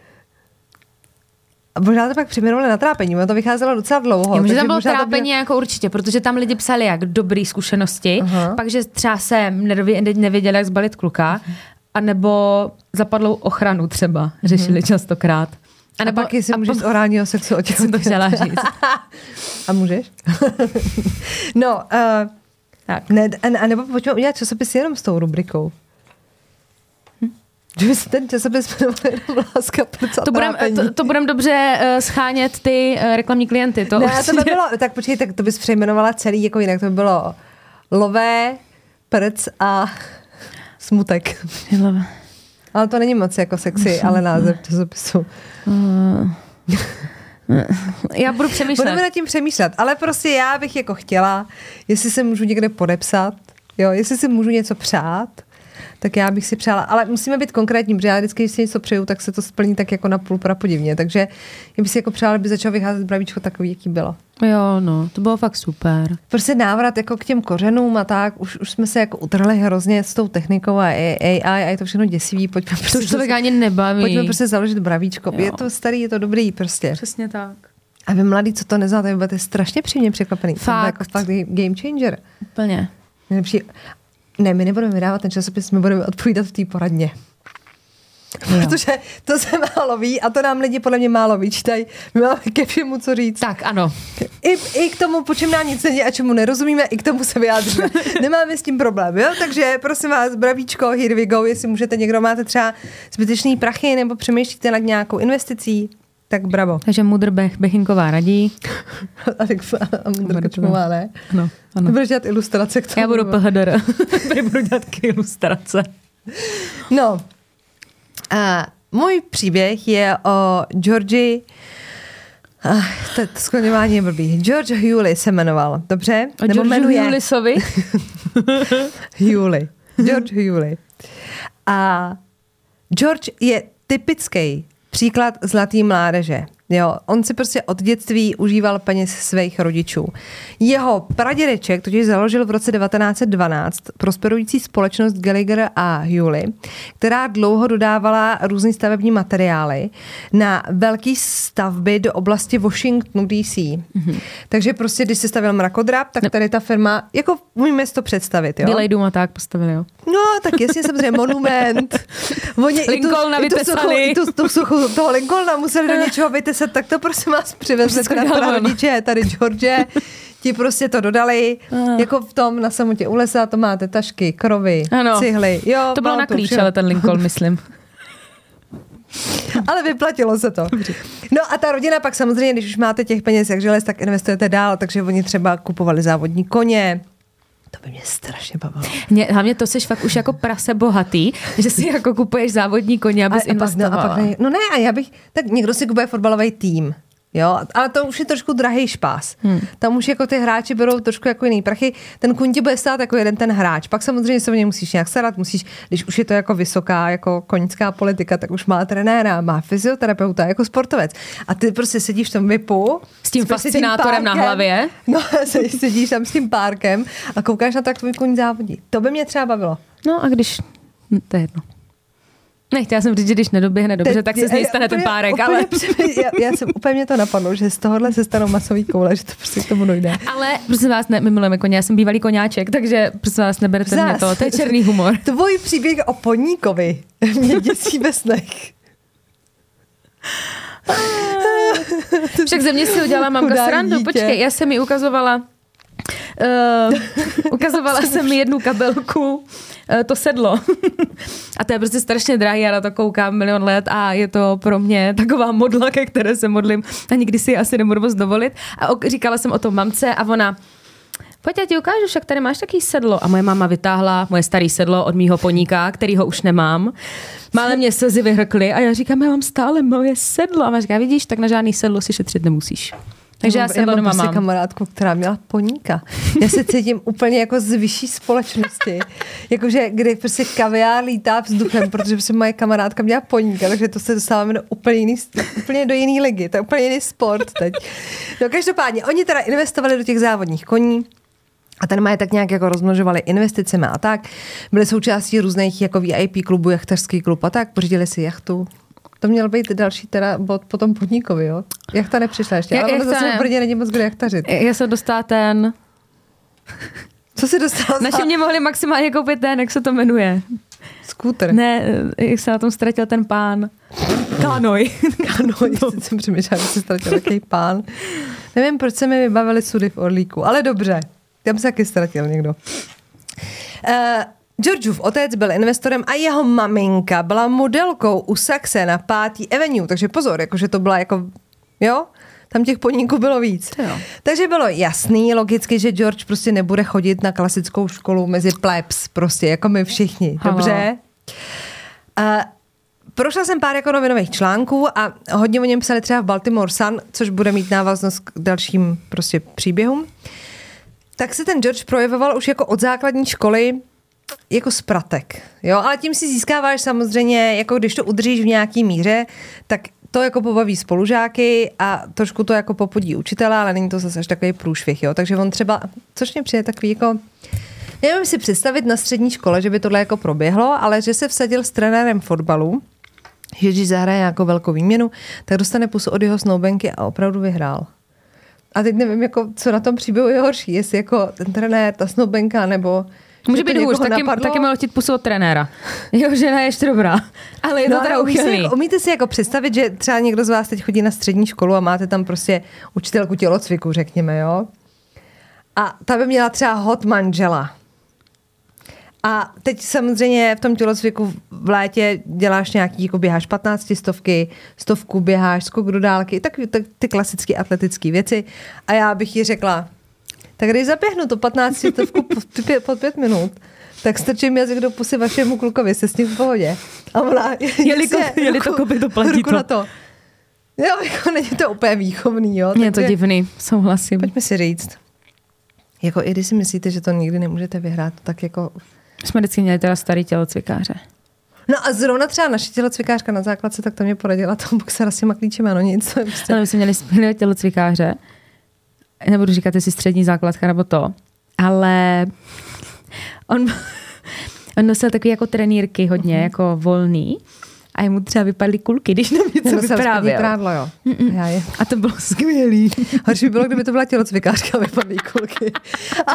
A možná to pak přiměnuli na trápení, ono to vycházelo docela dlouho. Jo, že tam bylo trápení bylo... jako určitě, protože tam lidi psali jak dobrý zkušenosti, uh-huh. pak, že třeba se nevěděli, jak zbalit kluka, uh-huh. anebo zapadlou ochranu třeba řešili uh-huh. častokrát. A, nebo, a pak jestli a můžeš po... z orálního sexu otěhotnět. Jsem to chtěla říct. A můžeš? No, uh, tak. Ne, a, a nebo pojďme udělat časopis jenom s tou rubrikou. Hm? Že by se ten časopis jmenoval jenom láska, prc a to budem, to, to budem dobře uh, schánět ty uh, reklamní klienty. To ne, to by bylo, tak počkej, tak to bys přejmenovala celý jako jinak. To by bylo lové, prc a smutek. Lové. Ale to není moc jako sexy, ale název časopisu. Uh, já budu přemýšlet. Budeme nad tím přemýšlet, ale prostě já bych jako chtěla, jestli se můžu někde podepsat, jo, jestli si můžu něco přát, tak já bych si přála, ale musíme být konkrétní, protože já vždycky, když si něco přeju, tak se to splní tak jako na půl prapodivně, takže já bych si jako přála, aby začalo vycházet bravíčko takový, jaký bylo. Jo, no, to bylo fakt super. Prostě návrat jako k těm kořenům a tak, už, už jsme se jako utrhli hrozně s tou technikou a A I a je to všechno děsivý, pojďme prostě... To už člověk ani nebaví. Pojďme prostě založit bravíčko, jo. Je to starý, je to dobrý prostě. Přesně tak. A vy mladí, co to neznáte, vy budete strašně příjemně překvapený. Fakt. To jako fakt game changer. Úplně. Nejlepší. Ne, my nebudeme vydávat ten časopis, my budeme odpovídat v té poradně. Jo. Protože to se málo ví a to nám lidi podle mě málo vyčítají. My máme ke všemu co říct. Tak, ano. I, I k tomu, po čem nám nic není a čemu nerozumíme, i k tomu se vyjádříme. Nemáme s tím problém, jo? Takže prosím vás, bravíčko, here we go, jestli můžete, někdo máte třeba zbytečný prachy nebo přemýšlíte nad nějakou investicí, tak bravo. Takže Mudr Bechinková radí. A Mudr Krčmová, ne? Ano, ano. Budeš dělat ilustrace k tomu. Já budu P H D R. Budu dělat ilustrace. No, a můj příběh je o Georgi, ah, to, to skloňování je blbý. George Hewley se jmenoval, dobře? O Nebo George Hewleysovi? Hewley. George Hewley. A George je typický příklad zlatý mládeže. Jo, on si prostě od dětství užíval peněz svých rodičů. Jeho pradědeček totiž založil v roce devatenáct set dvanáct prosperující společnost Gallagher a Hewley, která dlouho dodávala různý stavební materiály na velké stavby do oblasti Washingtonu D C. Mm-hmm. Takže prostě, když se stavil mrakodrap, tak tady ta firma, jako umíme si to představit, jo? Bílej dům a tak postavili, jo? No, tak jasně, samozřejmě monument. Oni Lincolna vytesali. I tu, tu, tu suchu toho Lincolna museli do něčeho vytesat, tak to prosím vás přivezli na rodiče, tady George. ti prostě to dodali, uh. jako v tom na samotě u lesa, to máte tašky, krovy, ano. cihly. Jo, to bylo na klíč, ale ten Lincoln, myslím. Ale vyplatilo se to. No a ta rodina pak samozřejmě, když už máte těch peněz jak želez, tak investujete dál, takže oni třeba kupovali závodní koně. To by mě strašně bavilo. Mě, hlavně to seš fakt už jako prase bohatý, že si jako kupuješ závodní koně, abys a, investovala. A pak, no, a pak, no ne, a já bych, tak někdo si kupuje fotbalový tým. Jo, ale to už je trošku drahý špás. Hmm. Tam už jako ty hráči berou trošku jako jiný prachy. Ten kuň ti bude stát jako jeden ten hráč. Pak samozřejmě se o něj musíš nějak starat, musíš, když už je to jako vysoká jako koňská politika, tak už má trenéra, má fyzioterapeuta, jako sportovec. A ty prostě sedíš v tom vipu. S tím fascinátorem na hlavě. No, sedíš tam s tím párkem a koukáš na to, jak tvůj kuň závodí. To by mě třeba bavilo. No a když, to je jedno. Ne, chtěla jsem říct, že když nedoběhne dobře, Te, tak se z něj stane ten párek, úplně, ale... já, já jsem úplně mě to napadlo, že z tohohle se stanou masový koule, že to prostě k tomu dojde. Ale prosím vás, ne, my milujeme koně, já jsem bývalý koňáček, takže prosím vás, neberte Zás, mě to, to je černý humor. Tvůj příběh o poníkovi mě děsí ve snech. Však ze mě si udělala mamka Chudá srandu, dítě. Počkej, já jsem mi ukazovala, uh, ukazovala jsem mi jednu kabelku, to sedlo. A to je prostě strašně drahý, já na to koukám milion let a je to pro mě taková modla, ke které se modlím a nikdy si ji asi nebudu moc dovolit. A říkala jsem o tom mamce a ona, pojď, já ti ukážu, však tady máš taký sedlo. A moje máma vytáhla moje staré sedlo od mýho poníka, kterýho už nemám. Málem mě slzy vyhrkly a já říkám, já mám stále moje sedlo. A ona říká, vidíš, tak na žádný sedlo si šetřit nemusíš. Takže já, já jsem já doma mám. kamarádku, která měla poníka. Já se cítím úplně jako z vyšší společnosti. Jakože, kdy prostě kaviár lítá vzduchem, protože prostě moje kamarádka měla poníka, takže to se dostáváme do úplně, jiný, úplně do jiný ligy. To je úplně jiný sport teď. No každopádně, oni teda investovali do těch závodních koní a ten majetek nějak jako rozmnožovali investicemi a tak. Byly součástí různých jako V I P klubů, jachtařský klub a tak. Pořídili si jachtu. To měl být další teda bod po tom podníkovi, jo? Jachta nepřišla ještě, já, ale ono zase v Brně není moc kde jachtařit. Já jsem dostala ten... Co jsi dostala? Naši mě mohli maximálně koupit ten, jak se to jmenuje. Skúter. Ne, jak se na tom ztratil ten pán. Kanoj. Kanoj, teď jsem přemýšlela, že se ztratil takový pán. Nevím, proč se mi vybavili sudy v Orlíku, ale dobře. Tam se taky ztratil někdo. Uh, Georgeův otec byl investorem a jeho maminka byla modelkou u Saxe na pátý Avenue, takže pozor, jakože to byla jako, jo, tam těch poníků bylo víc. Jo. Takže bylo jasný, logicky, že George prostě nebude chodit na klasickou školu mezi plebs, prostě jako my všichni, Halo. Dobře? Uh, prošla jsem pár jako novinových článků a hodně o něm psali třeba v Baltimore Sun, což bude mít návaznost k dalším prostě příběhům. Tak se ten George projevoval už jako od základní školy jako spratek, jo, ale tím si získáváš samozřejmě, jako když to udržíš v nějaký míře, tak to jako pobaví spolužáky a trošku to jako popudí učitele, ale není to zase až takový průšvih, jo, takže on třeba, což mě přijde takový jako, nevím si představit na střední škole, že by tohle jako proběhlo, ale že se vsadil s trenérem fotbalu, že když zahraje nějakou velkou výměnu, tak dostane pusu od jeho snoubenky a opravdu vyhrál. A teď nevím, jako, co na tom příběhu je horší, jestli jako ten trenér, ta snoubenka, nebo... Může být hůř, taky, taky měl chtít pusu od trenéra. Jo, žena je ještě dobrá, ale je to no, teda uchylný. Umíte, umíte si jako představit, že třeba někdo z vás teď chodí na střední školu a máte tam prostě učitelku tělocviku, řekněme, jo? A ta by měla třeba hot manžela. A teď samozřejmě v tom tělocviku v létě děláš nějaký, jako běháš patnáct stovky, stovku běháš, skok do dálky, tak, tak ty klasické atletické věci. A já bych jí řekla, tak když zaběhnu to patnáct stovku pod pět minut, tak strčím jazyk do pusy vašemu klukovi, se s ním v pohodě. A ona, jeli, jeli to kopy, to platí to. Na to. Jo, jako není to úplně výchovný, jo. Je to divný, souhlasím. Pojďme si říct. Jako i když si myslíte, že to nikdy nemůžete vyhrát, tak jako... Jsme vždycky měli teda starý tělocvikáře. No a zrovna třeba naše tělocvikářka na základce, tak to mě poradila tomu boxera s těma klíčema, no nic. Prostě. Ale my jsme měli skvělého tělocvikáře. Nebudu říkat, jestli střední základka nebo to, ale on, on nosil takový jako trenýrky hodně, mm-hmm. jako volný a jemu třeba vypadly kulky, když nám něco vyprávěl. Prádlo, jo. Já je. A to bylo skvělý. Horší by bylo, kdyby to byla tělocvikářka a vypadly kulky. A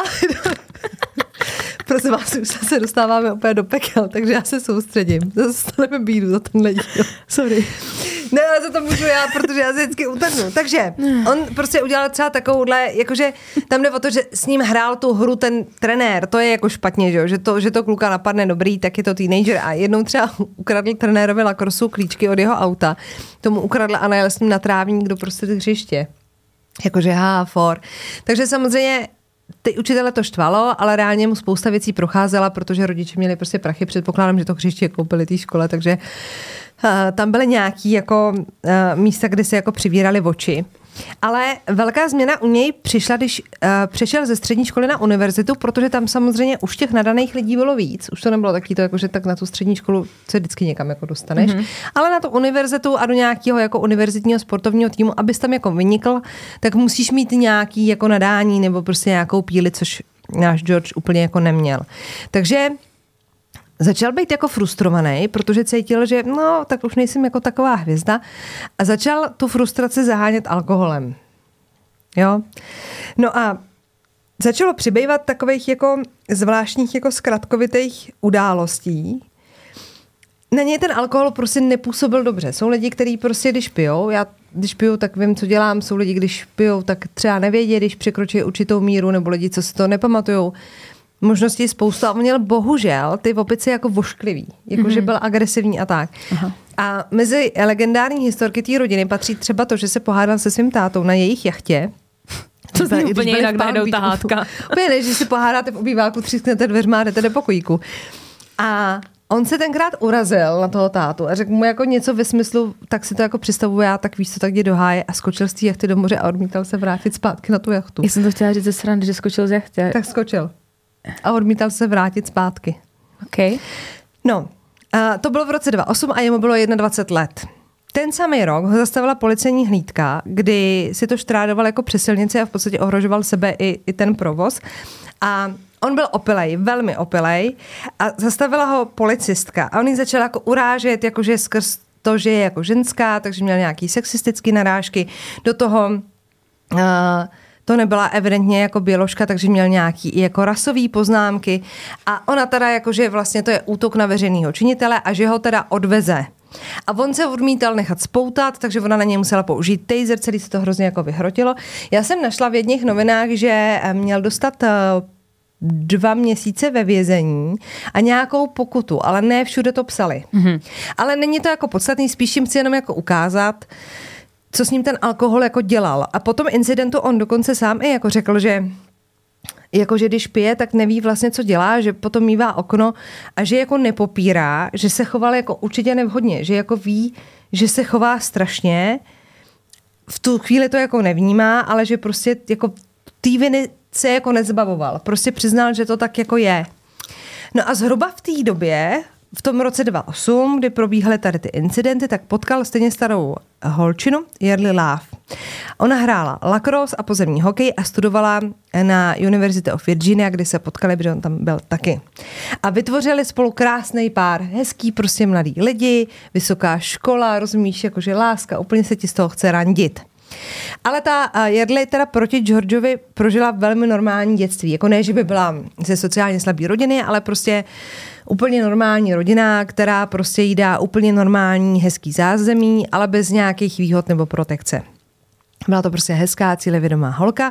prosím vás, už se dostáváme úplně do pekel, takže já se soustředím. Zase dostaneme bídu za tenhle díl. Sorry. Ne, ale za to můžu já, protože já se vždycky utrhnu. Takže on prostě udělal třeba takovouhle, jakože tam jde o to, že s ním hrál tu hru ten trenér, to je jako špatně, že, že, to, že to kluka napadne dobrý, tak je to teenager a jednou třeba ukradl trenérovi lacrosu klíčky od jeho auta, tomu ukradl a najel s ním na trávník do prostě hřiště. Jakože ha, for. Takže samozřejmě ty učitele to štvalo, ale reálně mu spousta věcí procházela, protože rodiče měli prostě prachy, předpokládám, že to hřiště koupili té škole, takže uh, tam byly nějaký jako uh, místa, kde se jako přivírali oči. Ale velká změna u něj přišla, když uh, přešel ze střední školy na univerzitu, protože tam samozřejmě už těch nadaných lidí bylo víc. Už to nebylo taky to, jako, že tak na tu střední školu se vždycky někam jako dostaneš. Mm-hmm. Ale na tu univerzitu a do nějakého jako univerzitního sportovního týmu, abys tam jako vynikl, tak musíš mít nějaký jako nadání nebo prostě nějakou píli, což náš George úplně jako neměl. Takže začal být jako frustrovaný, protože cítil, že no, tak už nejsem jako taková hvězda a začal tu frustraci zahánět alkoholem. Jo? No a začalo přibývat takových jako zvláštních jako zkratkovitých událostí. Na něj ten alkohol prostě nepůsobil dobře. Jsou lidi, kteří prostě když pijou, já když piju, tak vím, co dělám. Jsou lidi, když pijou, tak třeba nevědí, když překročí určitou míru, nebo lidi, co si to nepamatujou. Možností spoustu a on měl bohužel ty opice jako vošklivý, jakože mm-hmm. byl agresivní a tak. Aha. A mezi legendární historky té rodiny patří třeba to, že se pohádal se svým tátou na jejich jachtě. To zní úplně jinak najednou ta hádka. Úplně ne, že si pohádáte v obýváku, třísknete dveřma a jdete do pokojíku. A on se tenkrát urazil na toho tátu a řekl mu jako něco ve smyslu, tak si to jako představuji já, tak víš co, tak jde do háje a skočil z té jachty do moře a odmítal se vrátit zpátky na tu jachtu. Já jsem to chtěla říct ze srandy, že skočil z jachty. Tak skočil. A odmítal se vrátit zpátky. Okay. No, a to bylo v roce dva tisíce osm a jemu bylo dvacet jedna let. Ten samý rok ho zastavila policejní hlídka, kdy si to štrádoval jako přes silnici a v podstatě ohrožoval sebe i, i ten provoz. A on byl opilej, velmi opilej a zastavila ho policistka a on ji začal jako urážet, jakože skrz to, že je jako ženská, takže měl nějaký sexistický narážky. Do toho uh, to nebyla evidentně jako běložka, takže měl nějaký jako rasový poznámky a ona teda jakože vlastně to je útok na veřejného činitele a že ho teda odveze. A on se odmítal nechat spoutat, takže ona na něj musela použít taser, celý se to hrozně jako vyhrotilo. Já jsem našla v jedných novinách, že měl dostat dva měsíce ve vězení a nějakou pokutu, ale ne všude to psali. Mm-hmm. Ale není to jako podstatný, spíš jim chci jenom jako ukázat, co s ním ten alkohol jako dělal. A po tom incidentu on dokonce sám i jako řekl, že jako, že když pije, tak neví vlastně, co dělá, že potom mívá okno a že jako nepopírá, že se choval jako určitě nevhodně, že jako ví, že se chová strašně, v tu chvíli to jako nevnímá, ale že prostě jako té viny se jako nezbavoval. Prostě přiznal, že to tak jako je. No a zhruba v té době, v tom roce dva tisíce osm, kdy probíhaly tady ty incidenty, tak potkal stejně starou holčinu, Yeardley Love. Ona hrála lacrosse a pozemní hokej a studovala na University of Virginia, kde se potkali, protože on tam byl taky. A vytvořili spolu krásný pár, hezký prostě mladý lidi, vysoká škola, rozumíš, jakože láska, úplně se ti z toho chce randit. Ale ta Yeardley teda proti Georgeovi prožila velmi normální dětství. Jako ne, že by byla ze sociálně slabé rodiny, ale prostě úplně normální rodina, která prostě jí dá úplně normální, hezký zázemí, ale bez nějakých výhod nebo protekce. Byla to prostě hezká, cílevědomá holka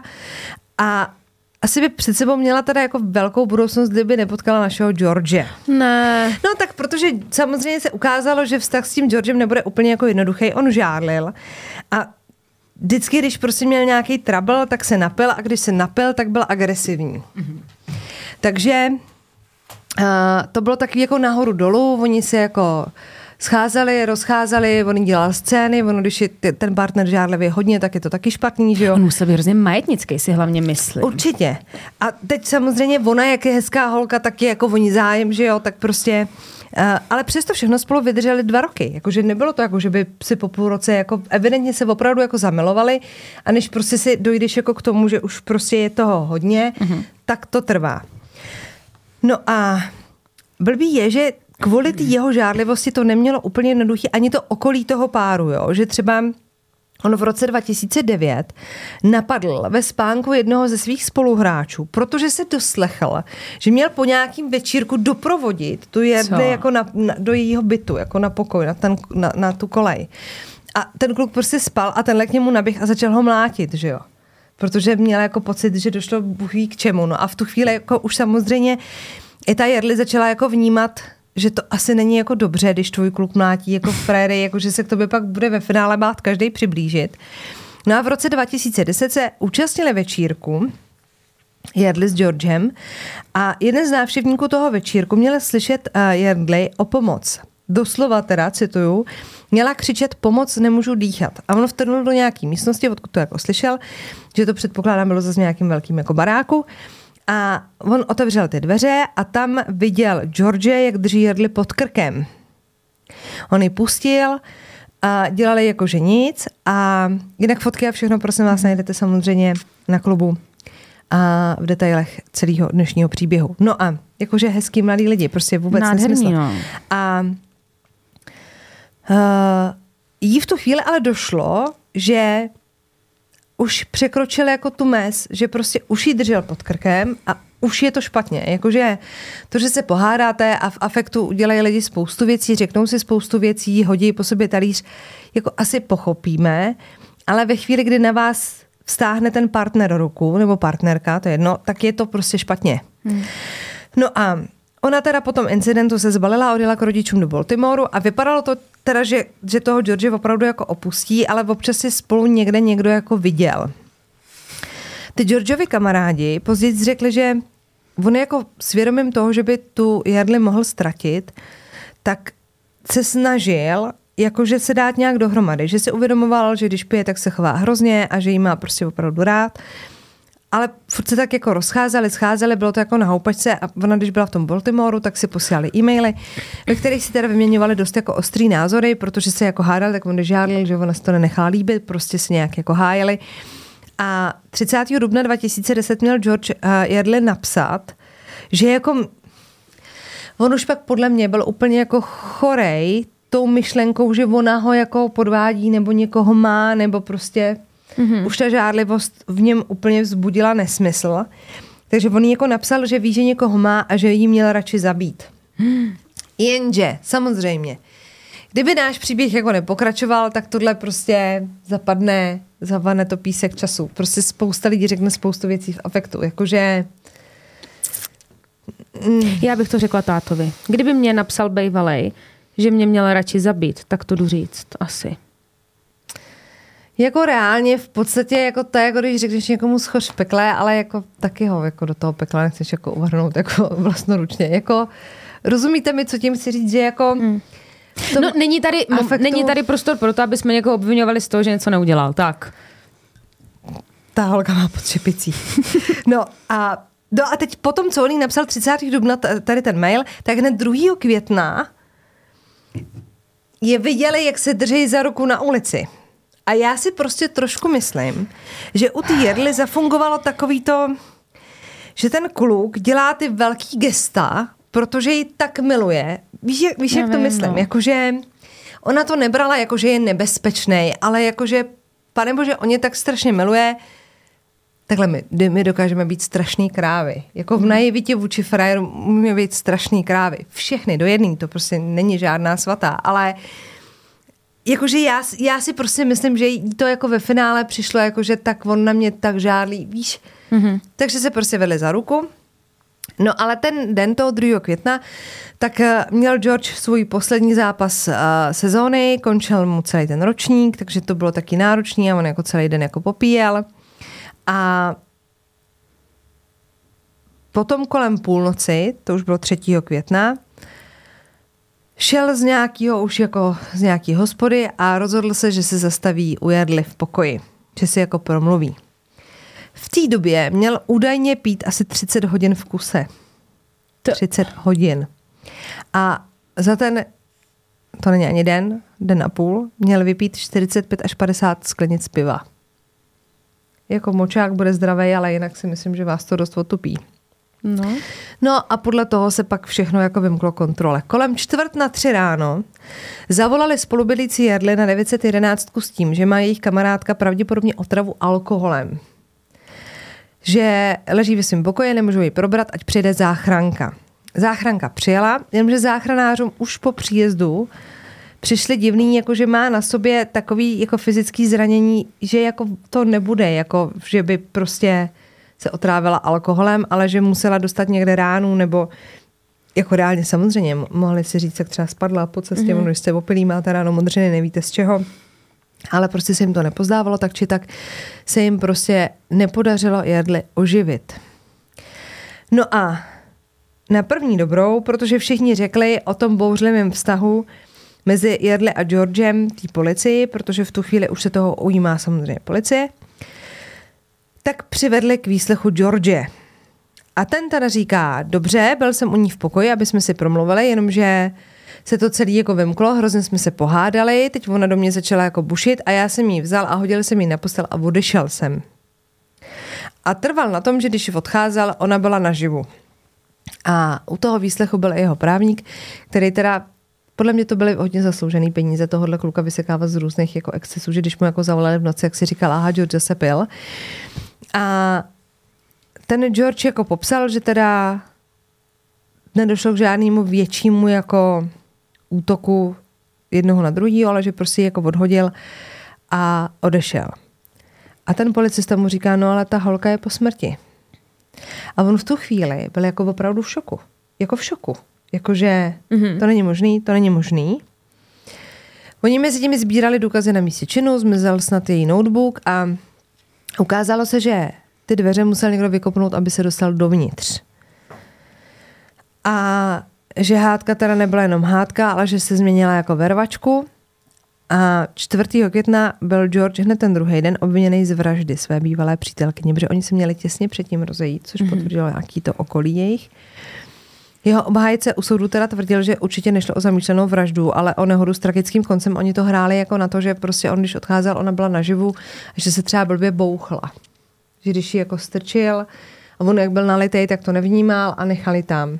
a asi by před sebou měla teda jako velkou budoucnost, kdyby nepotkala našeho George. Ne. No tak, protože samozřejmě se ukázalo, že vztah s tím Georgem nebude úplně jako jednoduchý. On žárlil a vždycky, když prostě měl nějaký trouble, tak se napil a když se napil, tak byl agresivní. Mm-hmm. Takže uh, to bylo taky jako nahoru dolů, oni se jako scházeli, rozcházeli, on dělal scény, ono, když je ten partner žárlivý hodně, tak je to taky špatný, že jo? On musel být hrozně majetnický, si hlavně myslím. Určitě. A teď samozřejmě ona, jak je hezká holka, tak je jako oni zájem, že jo, tak prostě Uh, ale přesto všechno spolu vydrželi dva roky. Jakože nebylo to jako, že by si po půl roce jako evidentně se opravdu jako zamilovali a než prostě si dojdeš jako k tomu, že už prostě je toho hodně, mm-hmm. tak to trvá. No a blbý je, že kvůli té jeho žárlivosti to nemělo úplně jednoduchý ani to okolí toho páru, jo? Že třeba on v roce dva tisíce devět napadl ve spánku jednoho ze svých spoluhráčů, protože se doslechl, že měl po nějakým večírku doprovodit tu Yeardley jako na, na, do jejího bytu, jako na pokoj, na, ten, na, na tu kolej. A ten kluk prostě spal a tenhle k němu naběh a začal ho mlátit, že jo. Protože měl jako pocit, že došlo bůh ví k čemu. No a v tu chvíli jako už samozřejmě i ta Jerli začala jako vnímat, že to asi není jako dobře, když tvůj kluk mlátí jako fréry, jako že se k tobě pak bude ve finále bát každej přiblížit. No a v roce dva tisíce deset se účastnili večírku Jerli s Georgem a jeden z návštěvníků toho večírku měl slyšet uh, Jerli o pomoc. Doslova teda, cituju, měla křičet pomoc, nemůžu dýchat. A on vtrhnul do nějaký místnosti, odkud to jako slyšel, že to předpokládám bylo zase nějakým velkým jako baráku. A on otevřel ty dveře a tam viděl George, jak drží Jerli pod krkem. On ji pustil a dělali jakože nic a jinak fotky a všechno, prosím vás, najdete samozřejmě na klubu a v detailech celého dnešního příběhu. No a jakože hezký mladý lidi, prostě vůbec nesmysl. No. A uh, jí v tu chvíli ale došlo, že už překročil jako tu mez, že prostě už jí držel pod krkem a už je to špatně. Jakože to, že se pohádáte a v afektu udělají lidi spoustu věcí, řeknou si spoustu věcí, hodí po sobě talíř, jako asi pochopíme, ale ve chvíli, kdy na vás vztáhne ten partner ruku, nebo partnerka, to je jedno, tak je to prostě špatně. Hmm. No a ona teda po tom incidentu se zbalila a odjela k rodičům do Baltimoru a vypadalo to teda, že, že toho George opravdu jako opustí, ale občas si spolu někde někdo jako viděl. Ty Georgeovi kamarádi později řekli, že on jako svědomím toho, že by tu Jerli mohl ztratit, tak se snažil jakože se dát nějak dohromady, že si uvědomoval, že když pije, tak se chová hrozně a že jí má prostě opravdu rád. Ale furt se tak jako rozcházeli, scházeli, bylo to jako na houpačce a ona, když byla v tom Baltimoru, tak si posílali e-maily, ve kterých si teda vyměňovali dost jako ostrý názory, protože se jako hádali, tak on žádali, že ona se to nenechá líbit, prostě se nějak jako hájili. A třicátého dubna dva tisíce deset měl George uh, Jerli napsat, že jako on už pak podle mě byl úplně jako chorej tou myšlenkou, že ona ho jako podvádí nebo někoho má, nebo prostě mm-hmm. už ta žádlivost v něm úplně vzbudila nesmysl. Takže on jako napsal, že ví, že někoho má a že jí měl radši zabít. Mm. Jenže, samozřejmě, kdyby náš příběh jako nepokračoval, tak tohle prostě zapadne, zavane to písek času. Prostě spousta lidí řekne spoustu věcí v afektu. Jakože... Mm. Já bych to řekla tátovi. Kdyby mě napsal bejvalej, že mě měla radši zabít, tak to jdu říct asi. Jako reálně v podstatě jako to je, jako když řekneš někomu schoř v pekle, ale jako taky ho jako do toho pekla nechceš jako uvrhnout jako vlastnoručně. Jako rozumíte mi, co tím chci říct, že jako... Hmm. No není tady, afektu... není tady prostor pro to, aby jsme někoho obviňovali z toho, že něco neudělal. Tak. Ta holka má pod čepicí. No a, no a teď potom, co on jí napsal třicátého dubna tady ten mail, tak hned druhého května je viděli, jak se drží za ruku na ulici. A já si prostě trošku myslím, že u té Jerli zafungovalo takový to, že ten kluk dělá ty velký gesta, protože ji tak miluje. Víš, víš jak to myslím? No. Jakože ona to nebrala, jakože je nebezpečnej, ale jakože, panebože, on je tak strašně miluje, takhle my, my dokážeme být strašný krávy. Jako v naivitě vůči frajeru můžeme být strašný krávy. Všechny do jedný, to prostě není žádná svatá, ale jakože já, já si prostě myslím, že jí to jako ve finále přišlo, jakože tak on na mě tak žádlí, víš? Mm-hmm. Takže se prostě vedli za ruku. No ale ten den toho druhého května, tak měl George svůj poslední zápas uh, sezóny, končil mu celý ten ročník, takže to bylo taky náročný a on jako celý den jako popíjel. A potom kolem půlnoci, to už bylo třetího května, šel z nějakého už jako z nějaký hospody a rozhodl se, že se zastaví u Jerli v pokoji, že si jako promluví. V té době měl údajně pít asi třicet hodin v kuse. třicet hodin. A za ten, to není ani den, den a půl, měl vypít čtyřicet pět až padesát sklenic piva. Jako močák bude zdravý, ale jinak si myslím, že vás to dost otupí. No. No a podle toho se pak všechno jako vymklo kontrole. Kolem čtvrt na tři ráno zavolali spolubydlící Jerli na devět set jedenáct s tím, že má jejich kamarádka pravděpodobně otravu alkoholem. Že leží ve svém pokoji, nemůžou ji probrat, ať přijde záchranka. Záchranka přijela, jenomže záchranářům už po příjezdu přišli divný, jako že má na sobě takový jako fyzický zranění, že jako to nebude, jako že by prostě se otrávila alkoholem, ale že musela dostat někde ránu, nebo jako reálně samozřejmě mohli si říct, jak třeba spadla po cestě, mm-hmm. když jste opilí, máte ráno modřiny, nevíte z čeho. Ale prostě se jim to nepozdávalo, tak či tak se jim prostě nepodařilo Yardley oživit. No a na první dobrou, protože všichni řekli o tom bouřlivém vztahu mezi Yardley a Georgem, té policii, protože v tu chvíli už se toho ujímá samozřejmě policie, tak přivedli k výslechu George. A ten teda říká, dobře, byl jsem u ní v pokoji, aby jsme si promluvili, jenomže se to celý jako vymklo, hrozně jsme se pohádali, teď ona do mě začala jako bušit a já jsem jí vzal a hodil jsem jí na postel a odešel jsem. A trval na tom, že když odcházel, ona byla naživu. A u toho výslechu byl i jeho právník, který teda, podle mě to byly hodně zasloužený peníze tohohle kluka vysekávat z různých jako excesů, že když mu jako zavolali v noci, jak si říkal, aha, George se pil. A ten George jako popsal, že teda nedošlo k žádnému většímu jako útoku jednoho na druhýho, ale že prostě jako odhodil a odešel. A ten policista mu říká, no ale ta holka je po smrti. A on v tu chvíli byl jako opravdu v šoku. Jako v šoku. Jakože mm-hmm. to není možný, to není možný. Oni mezi těmi sbírali důkazy na místě činu, zmizel snad její notebook a ukázalo se, že ty dveře musel někdo vykopnout, aby se dostal dovnitř. A že hádka teda nebyla jenom hádka, ale že se změnila jako vervačku. A čtvrtého května byl George hned ten druhý den obviněný z vraždy své bývalé přítelkyně, protože oni se měli těsně předtím rozejít, což mm-hmm. potvrdilo nějaký to okolí jejich. Jeho obhájce u soudu teda tvrdil, že určitě nešlo o zamýšlenou vraždu, ale o nehodu s tragickým koncem. Oni to hráli jako na to, že prostě on, když odcházel, ona byla naživu, že se třeba blbě bouchla. Že když ji jako strčil a on jak byl nalitej, tak to nevnímal a nechali tam.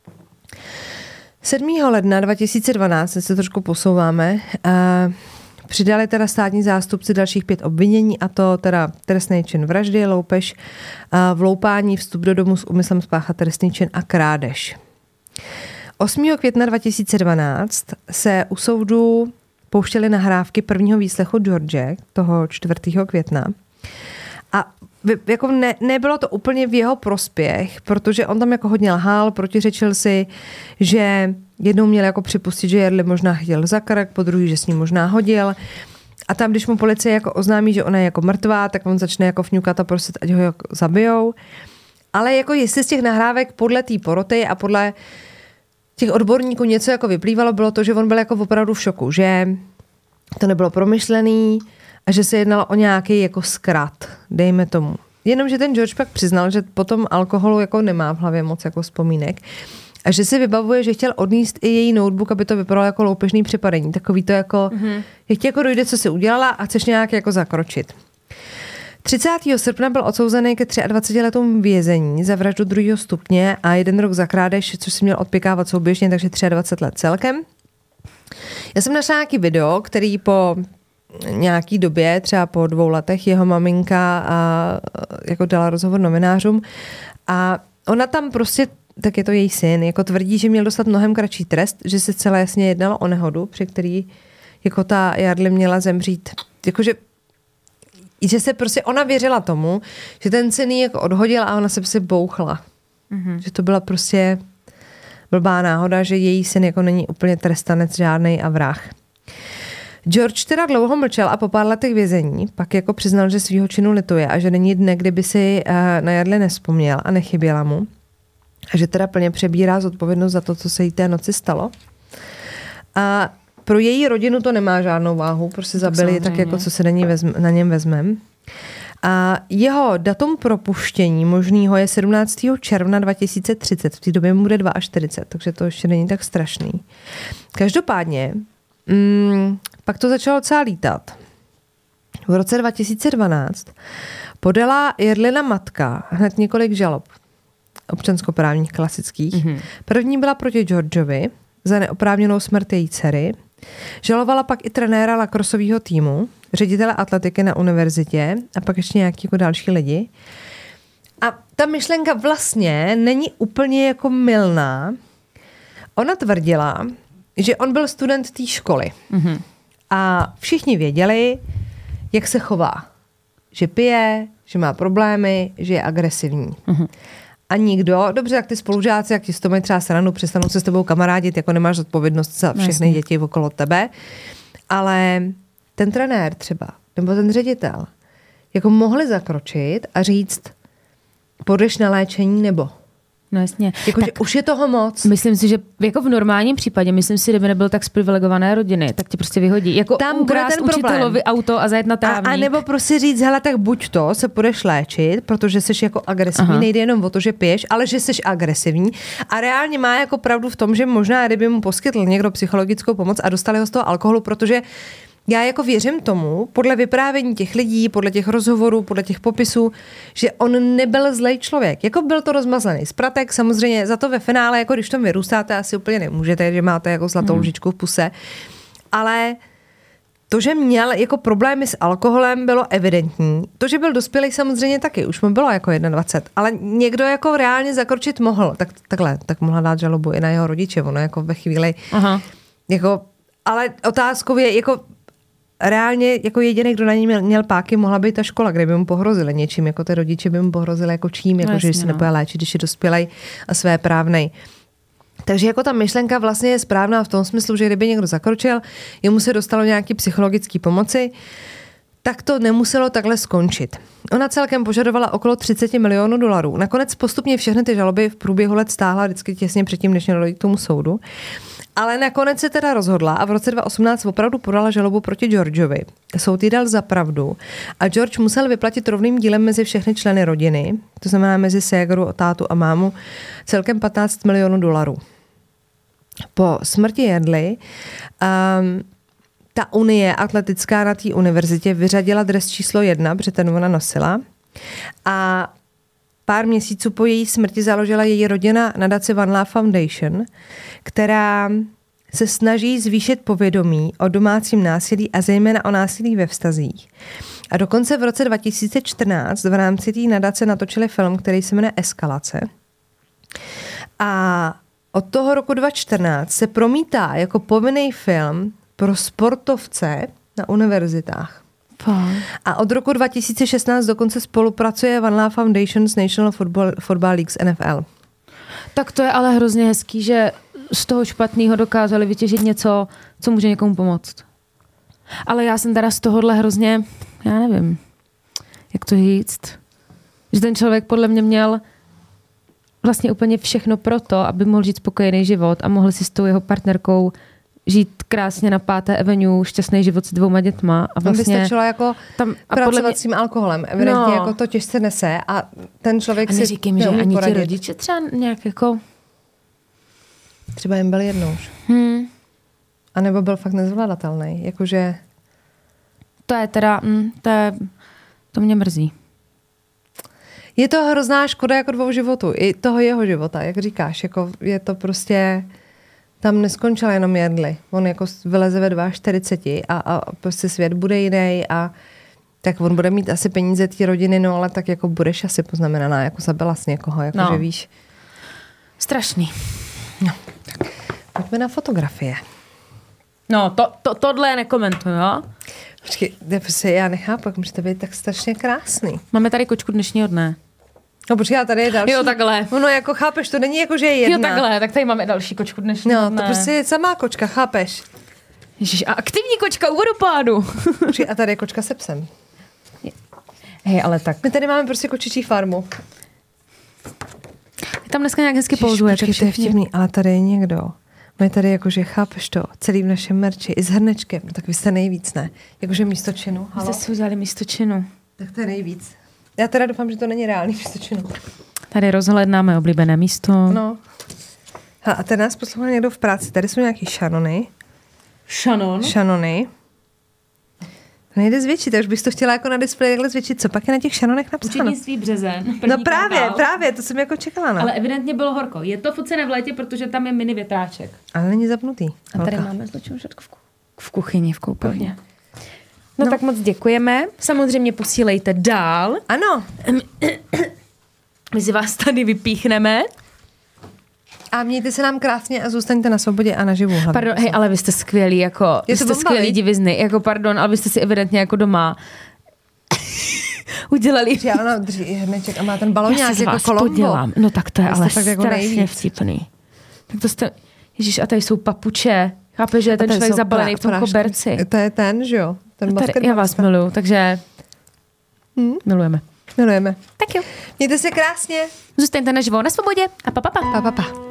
sedmého ledna dva tisíce dvanáct, se trošku posouváme, uh, přidali teda státní zástupci dalších pět obvinění, a to teda trestný čin vraždy, loupež, uh, vloupání, vstup do domu s úmyslem spáchat trestný čin a krádež. osmého května dva tisíce dvanáct se u soudu pouštěly nahrávky prvního výslechu George, toho čtvrtého května. A jako ne, nebylo to úplně v jeho prospěch, protože on tam jako hodně lhal, protiřečil si, že jednou měl jako připustit, že Yardley možná chtěl za krk, po druhý, že s ním možná hodil. A tam, když mu policie jako oznámí, že ona je jako mrtvá, tak on začne jako fňukat a prosit, ať ho jako zabijou. Ale jako jestli z těch nahrávek podle té poroty a podle těch odborníků něco jako vyplývalo, bylo to, že on byl jako opravdu v šoku, že to nebylo promyšlený, a že se jednalo o nějaký jako zkrat, dejme tomu. Jenomže ten George pak přiznal, že potom alkoholu jako nemá v hlavě moc jako vzpomínek a že si vybavuje, že chtěl odníst i její notebook, aby to vypadalo jako loupežný připadení. Takový to jako, mm-hmm. jak ti jako dojde, co si udělala a chceš nějak jako zakročit. třicátého srpna byl odsouzený ke dvaceti třem letům vězení za vraždu druhého stupně a jeden rok za krádež, což si měl odpikávat souběžně, takže dvacet tři let celkem. Já jsem našla nějaký video, který po nějaký době, třeba po dvou letech, jeho maminka a, jako dala rozhovor novinářům a ona tam prostě, tak je to její syn, jako tvrdí, že měl dostat mnohem kratší trest, že se celé jasně jednalo o nehodu, při který jako ta Yardley měla zemřít. Jakože že se prostě ona věřila tomu, že ten syn ji jako odhodil a ona se prostě bouchla. Mm-hmm. Že to byla prostě blbá náhoda, že její syn jako není úplně trestanec žádnej a vrah. George teda dlouho mlčel a po pár letech vězení pak jako přiznal, že svýho činu lituje a že není dne, kdyby si na Yardley nevzpomněl a nechyběla mu. A že teda plně přebírá zodpovědnost za to, co se jí té noci stalo. A pro její rodinu to nemá žádnou váhu, prostě zabili tak, tak jako co se na, ní vezme, na něm vezmem. A jeho datum propuštění možného je sedmnáctého června dva tisíce třicet. V té době mu bude čtyřicet dva, takže to ještě není tak strašný. Každopádně mm, pak to začalo docela lítat. V roce dva tisíce dvanáct podala Yardleyna matka hned několik žalob občanskoprávních klasických. Mm-hmm. První byla proti Georgeovi za neoprávněnou smrt její dcery. Žalovala pak i trenéra lacrossového týmu, ředitele atletiky na univerzitě a pak ještě nějaký jako další lidi. A ta myšlenka vlastně není úplně jako mylná. Ona tvrdila, že on byl student té školy. Mm-hmm. A všichni věděli, jak se chová. Že pije, že má problémy, že je agresivní. Mm-hmm. A nikdo, dobře, tak ty spolužáci, jak ti s to mají třeba sranu, přestanou se s tebou kamarádit, jako nemáš odpovědnost za všechny Jasně. děti okolo tebe. Ale ten trenér třeba, nebo ten ředitel, jako mohli zakročit a říct, půjdeš na léčení nebo. No jasně. Jako, že už je toho moc. Myslím si, že jako v normálním případě, myslím si, kdyby nebyl tak z privilegované rodiny, tak tě prostě vyhodí. Jako tam ukrást učitelovi auto a zajet na trávník. A, a nebo prostě říct, hele, tak buď to se půjdeš léčit, protože jsi jako agresivní, Aha. nejde jenom o to, že piješ, ale že jsi agresivní. A reálně má jako pravdu v tom, že možná, kdyby mu poskytl někdo psychologickou pomoc a dostali ho z toho alkoholu, protože já jako věřím tomu, podle vyprávění těch lidí, podle těch rozhovorů, podle těch popisů, že on nebyl zlej člověk. Jako byl to rozmazaný spratek, samozřejmě za to ve finále, jako když tom vyrůstáte, asi úplně nemůžete, že máte jako zlatou hmm. lžičku v puse. Ale to, že měl jako problémy s alkoholem, bylo evidentní. To, že byl dospělý, samozřejmě taky, už mu bylo jako dvacet jedna, ale někdo jako reálně zakročit mohl. Tak takhle, tak mohla dát žalobu i na jeho rodiče, ono jako ve chvíli, Aha. jako, ale otázkou je, jako reálně jako jediný, kdo na ní měl, měl páky, mohla být ta škola, kde by mu pohrozili něčím, jako ty rodiče by mu pohrozili jako čím, jako Jasně, že se no. nebude léčit, když je dospělej a svéprávnej. Takže jako ta myšlenka vlastně je správná v tom smyslu, že kdyby někdo zakročil, jemu se dostalo nějaký psychologický pomoci, tak to nemuselo takhle skončit. Ona celkem požadovala okolo třicet milionů dolarů. Nakonec postupně všechny ty žaloby v průběhu let stáhla vždycky těsně předtím, než mělo dojít k tomu soudu. Ale nakonec se teda rozhodla a v roce dva tisíce osmnáct opravdu podala žalobu proti Georgeovi. Soud jí dal za pravdu a George musel vyplatit rovným dílem mezi všechny členy rodiny, to znamená mezi ségru, tátu a mámu, celkem patnáct milionů dolarů. Po smrti Yardley um, ta unie atletická na té univerzitě vyřadila dres číslo jedna, protože ten ona nosila. A pár měsíců po její smrti založila její rodina nadaci One Love Foundation, která se snaží zvýšit povědomí o domácím násilí a zejména o násilí ve vztazích. A dokonce v roce dva tisíce čtrnáct v rámci té nadace natočili film, který se jmenuje Eskalace. A od toho roku dva tisíce čtrnáct se promítá jako povinný film pro sportovce na univerzitách. A od roku dva tisíce šestnáct dokonce spolupracuje One Love Foundation s National Football, Football League N F L. Tak to je ale hrozně hezký, že z toho špatného dokázali vytěžit něco, co může někomu pomoct. Ale já jsem teda z tohohle hrozně, já nevím, jak to říct, že ten člověk podle mě měl vlastně úplně všechno proto, aby mohl žít spokojený život a mohl si s tou jeho partnerkou žít krásně na páté Avenue, šťastný život s dvouma dětma. A vlastně tam by stačilo jako tam, a pracovat s tím alkoholem. Evidentně no. jako to těžce nese a ten člověk a si neříkej mi, že ani poradit. Ti rodiče třeba nějak jako... Třeba jim byl jednou už. Hmm. A nebo byl fakt nezvladatelný. Jakože... To je teda... Mm, to, je, to mě mrzí. Je to hrozná škoda jako dvou životů. I toho jeho života, jak říkáš. Jako je to prostě... Tam neskončil jenom Yardley. On jako vyleze ve čtyřiceti dva a, a prostě svět bude jiný a tak on bude mít asi peníze té rodiny, no ale tak jako budeš asi poznamenaná, jako zabila s někoho, jako no. že víš. Strašný. No, tak pojďme na fotografie. No, to, to, tohle nekomentuju, jo? Počkej, prostě já nechápu, jak můžete být tak strašně krásný. Máme tady kočku dnešního dne. No počkej, tady je další. Jo, takhle. No jako chápeš, to není jako, že je jedna. Jo, takhle, tak tady máme další kočku dnešního No, dne. to prostě je samá kočka, chápeš? Ježiš, a aktivní kočka u vodopádu. Počkej, a tady je kočka se psem. Hej, ale tak. My tady máme prostě kočičí farmu. Tam dneska nějak hezky pouzuje. Počkej, to je vtipný, ale tady je někdo. My tady jakože chápeš to, celý v našem merči, i s hrnečkem, no tak vy jste nejvíc, ne? Jakože místo činu. Vy jste si vzali místo činu. Tak to je nejvíc. Já teda doufám, že to není reálný místo činu. Tady rozhlednáme oblíbené místo. No. Ha, a tady nás poslouchal někdo v práci. Tady jsou nějaký šanony. Šanon? Šanony. To nejde zvětšit, já už bych to chtěla jako na displeji takhle zvětšit. Co pak je na těch šanonech napsáno? Učednictví březen. No právě, kvartál. právě, to jsem jako čekala. No. Ale evidentně bylo horko. Je to focené v létě, protože tam je mini větráček. Ale není zapnutý. A tady Holka. Máme zločinu šatku v, v kuchyni, v koupelně. No, no tak moc děkujeme. Samozřejmě posílejte dál. Ano. My si vás tady vypíchneme. A mějte se nám krásně a zůstaňte na svobodě a naživu. Hlavně. Pardon, hej, ale vy jste skvělí, jako, vy jste skvělí divizny, jako pardon, ale vy jste si evidentně jako doma udělali. Já ona drží hrneček a má ten baloňák jako Colombo. Podělám. No tak to je ale jako strašně vtipný. Tak to jste, ježiš, a tady jsou papuče. Chápeš, že je ten člověk zabalený v tom koberci. To je ten, že jo? Ten tady, já vás miluju, takže hmm? milujeme. Milujeme. Tak jo. Mějte se krásně. Zůstaňte naživo na svobodě a pa, pa, pa. Pa, pa, pa.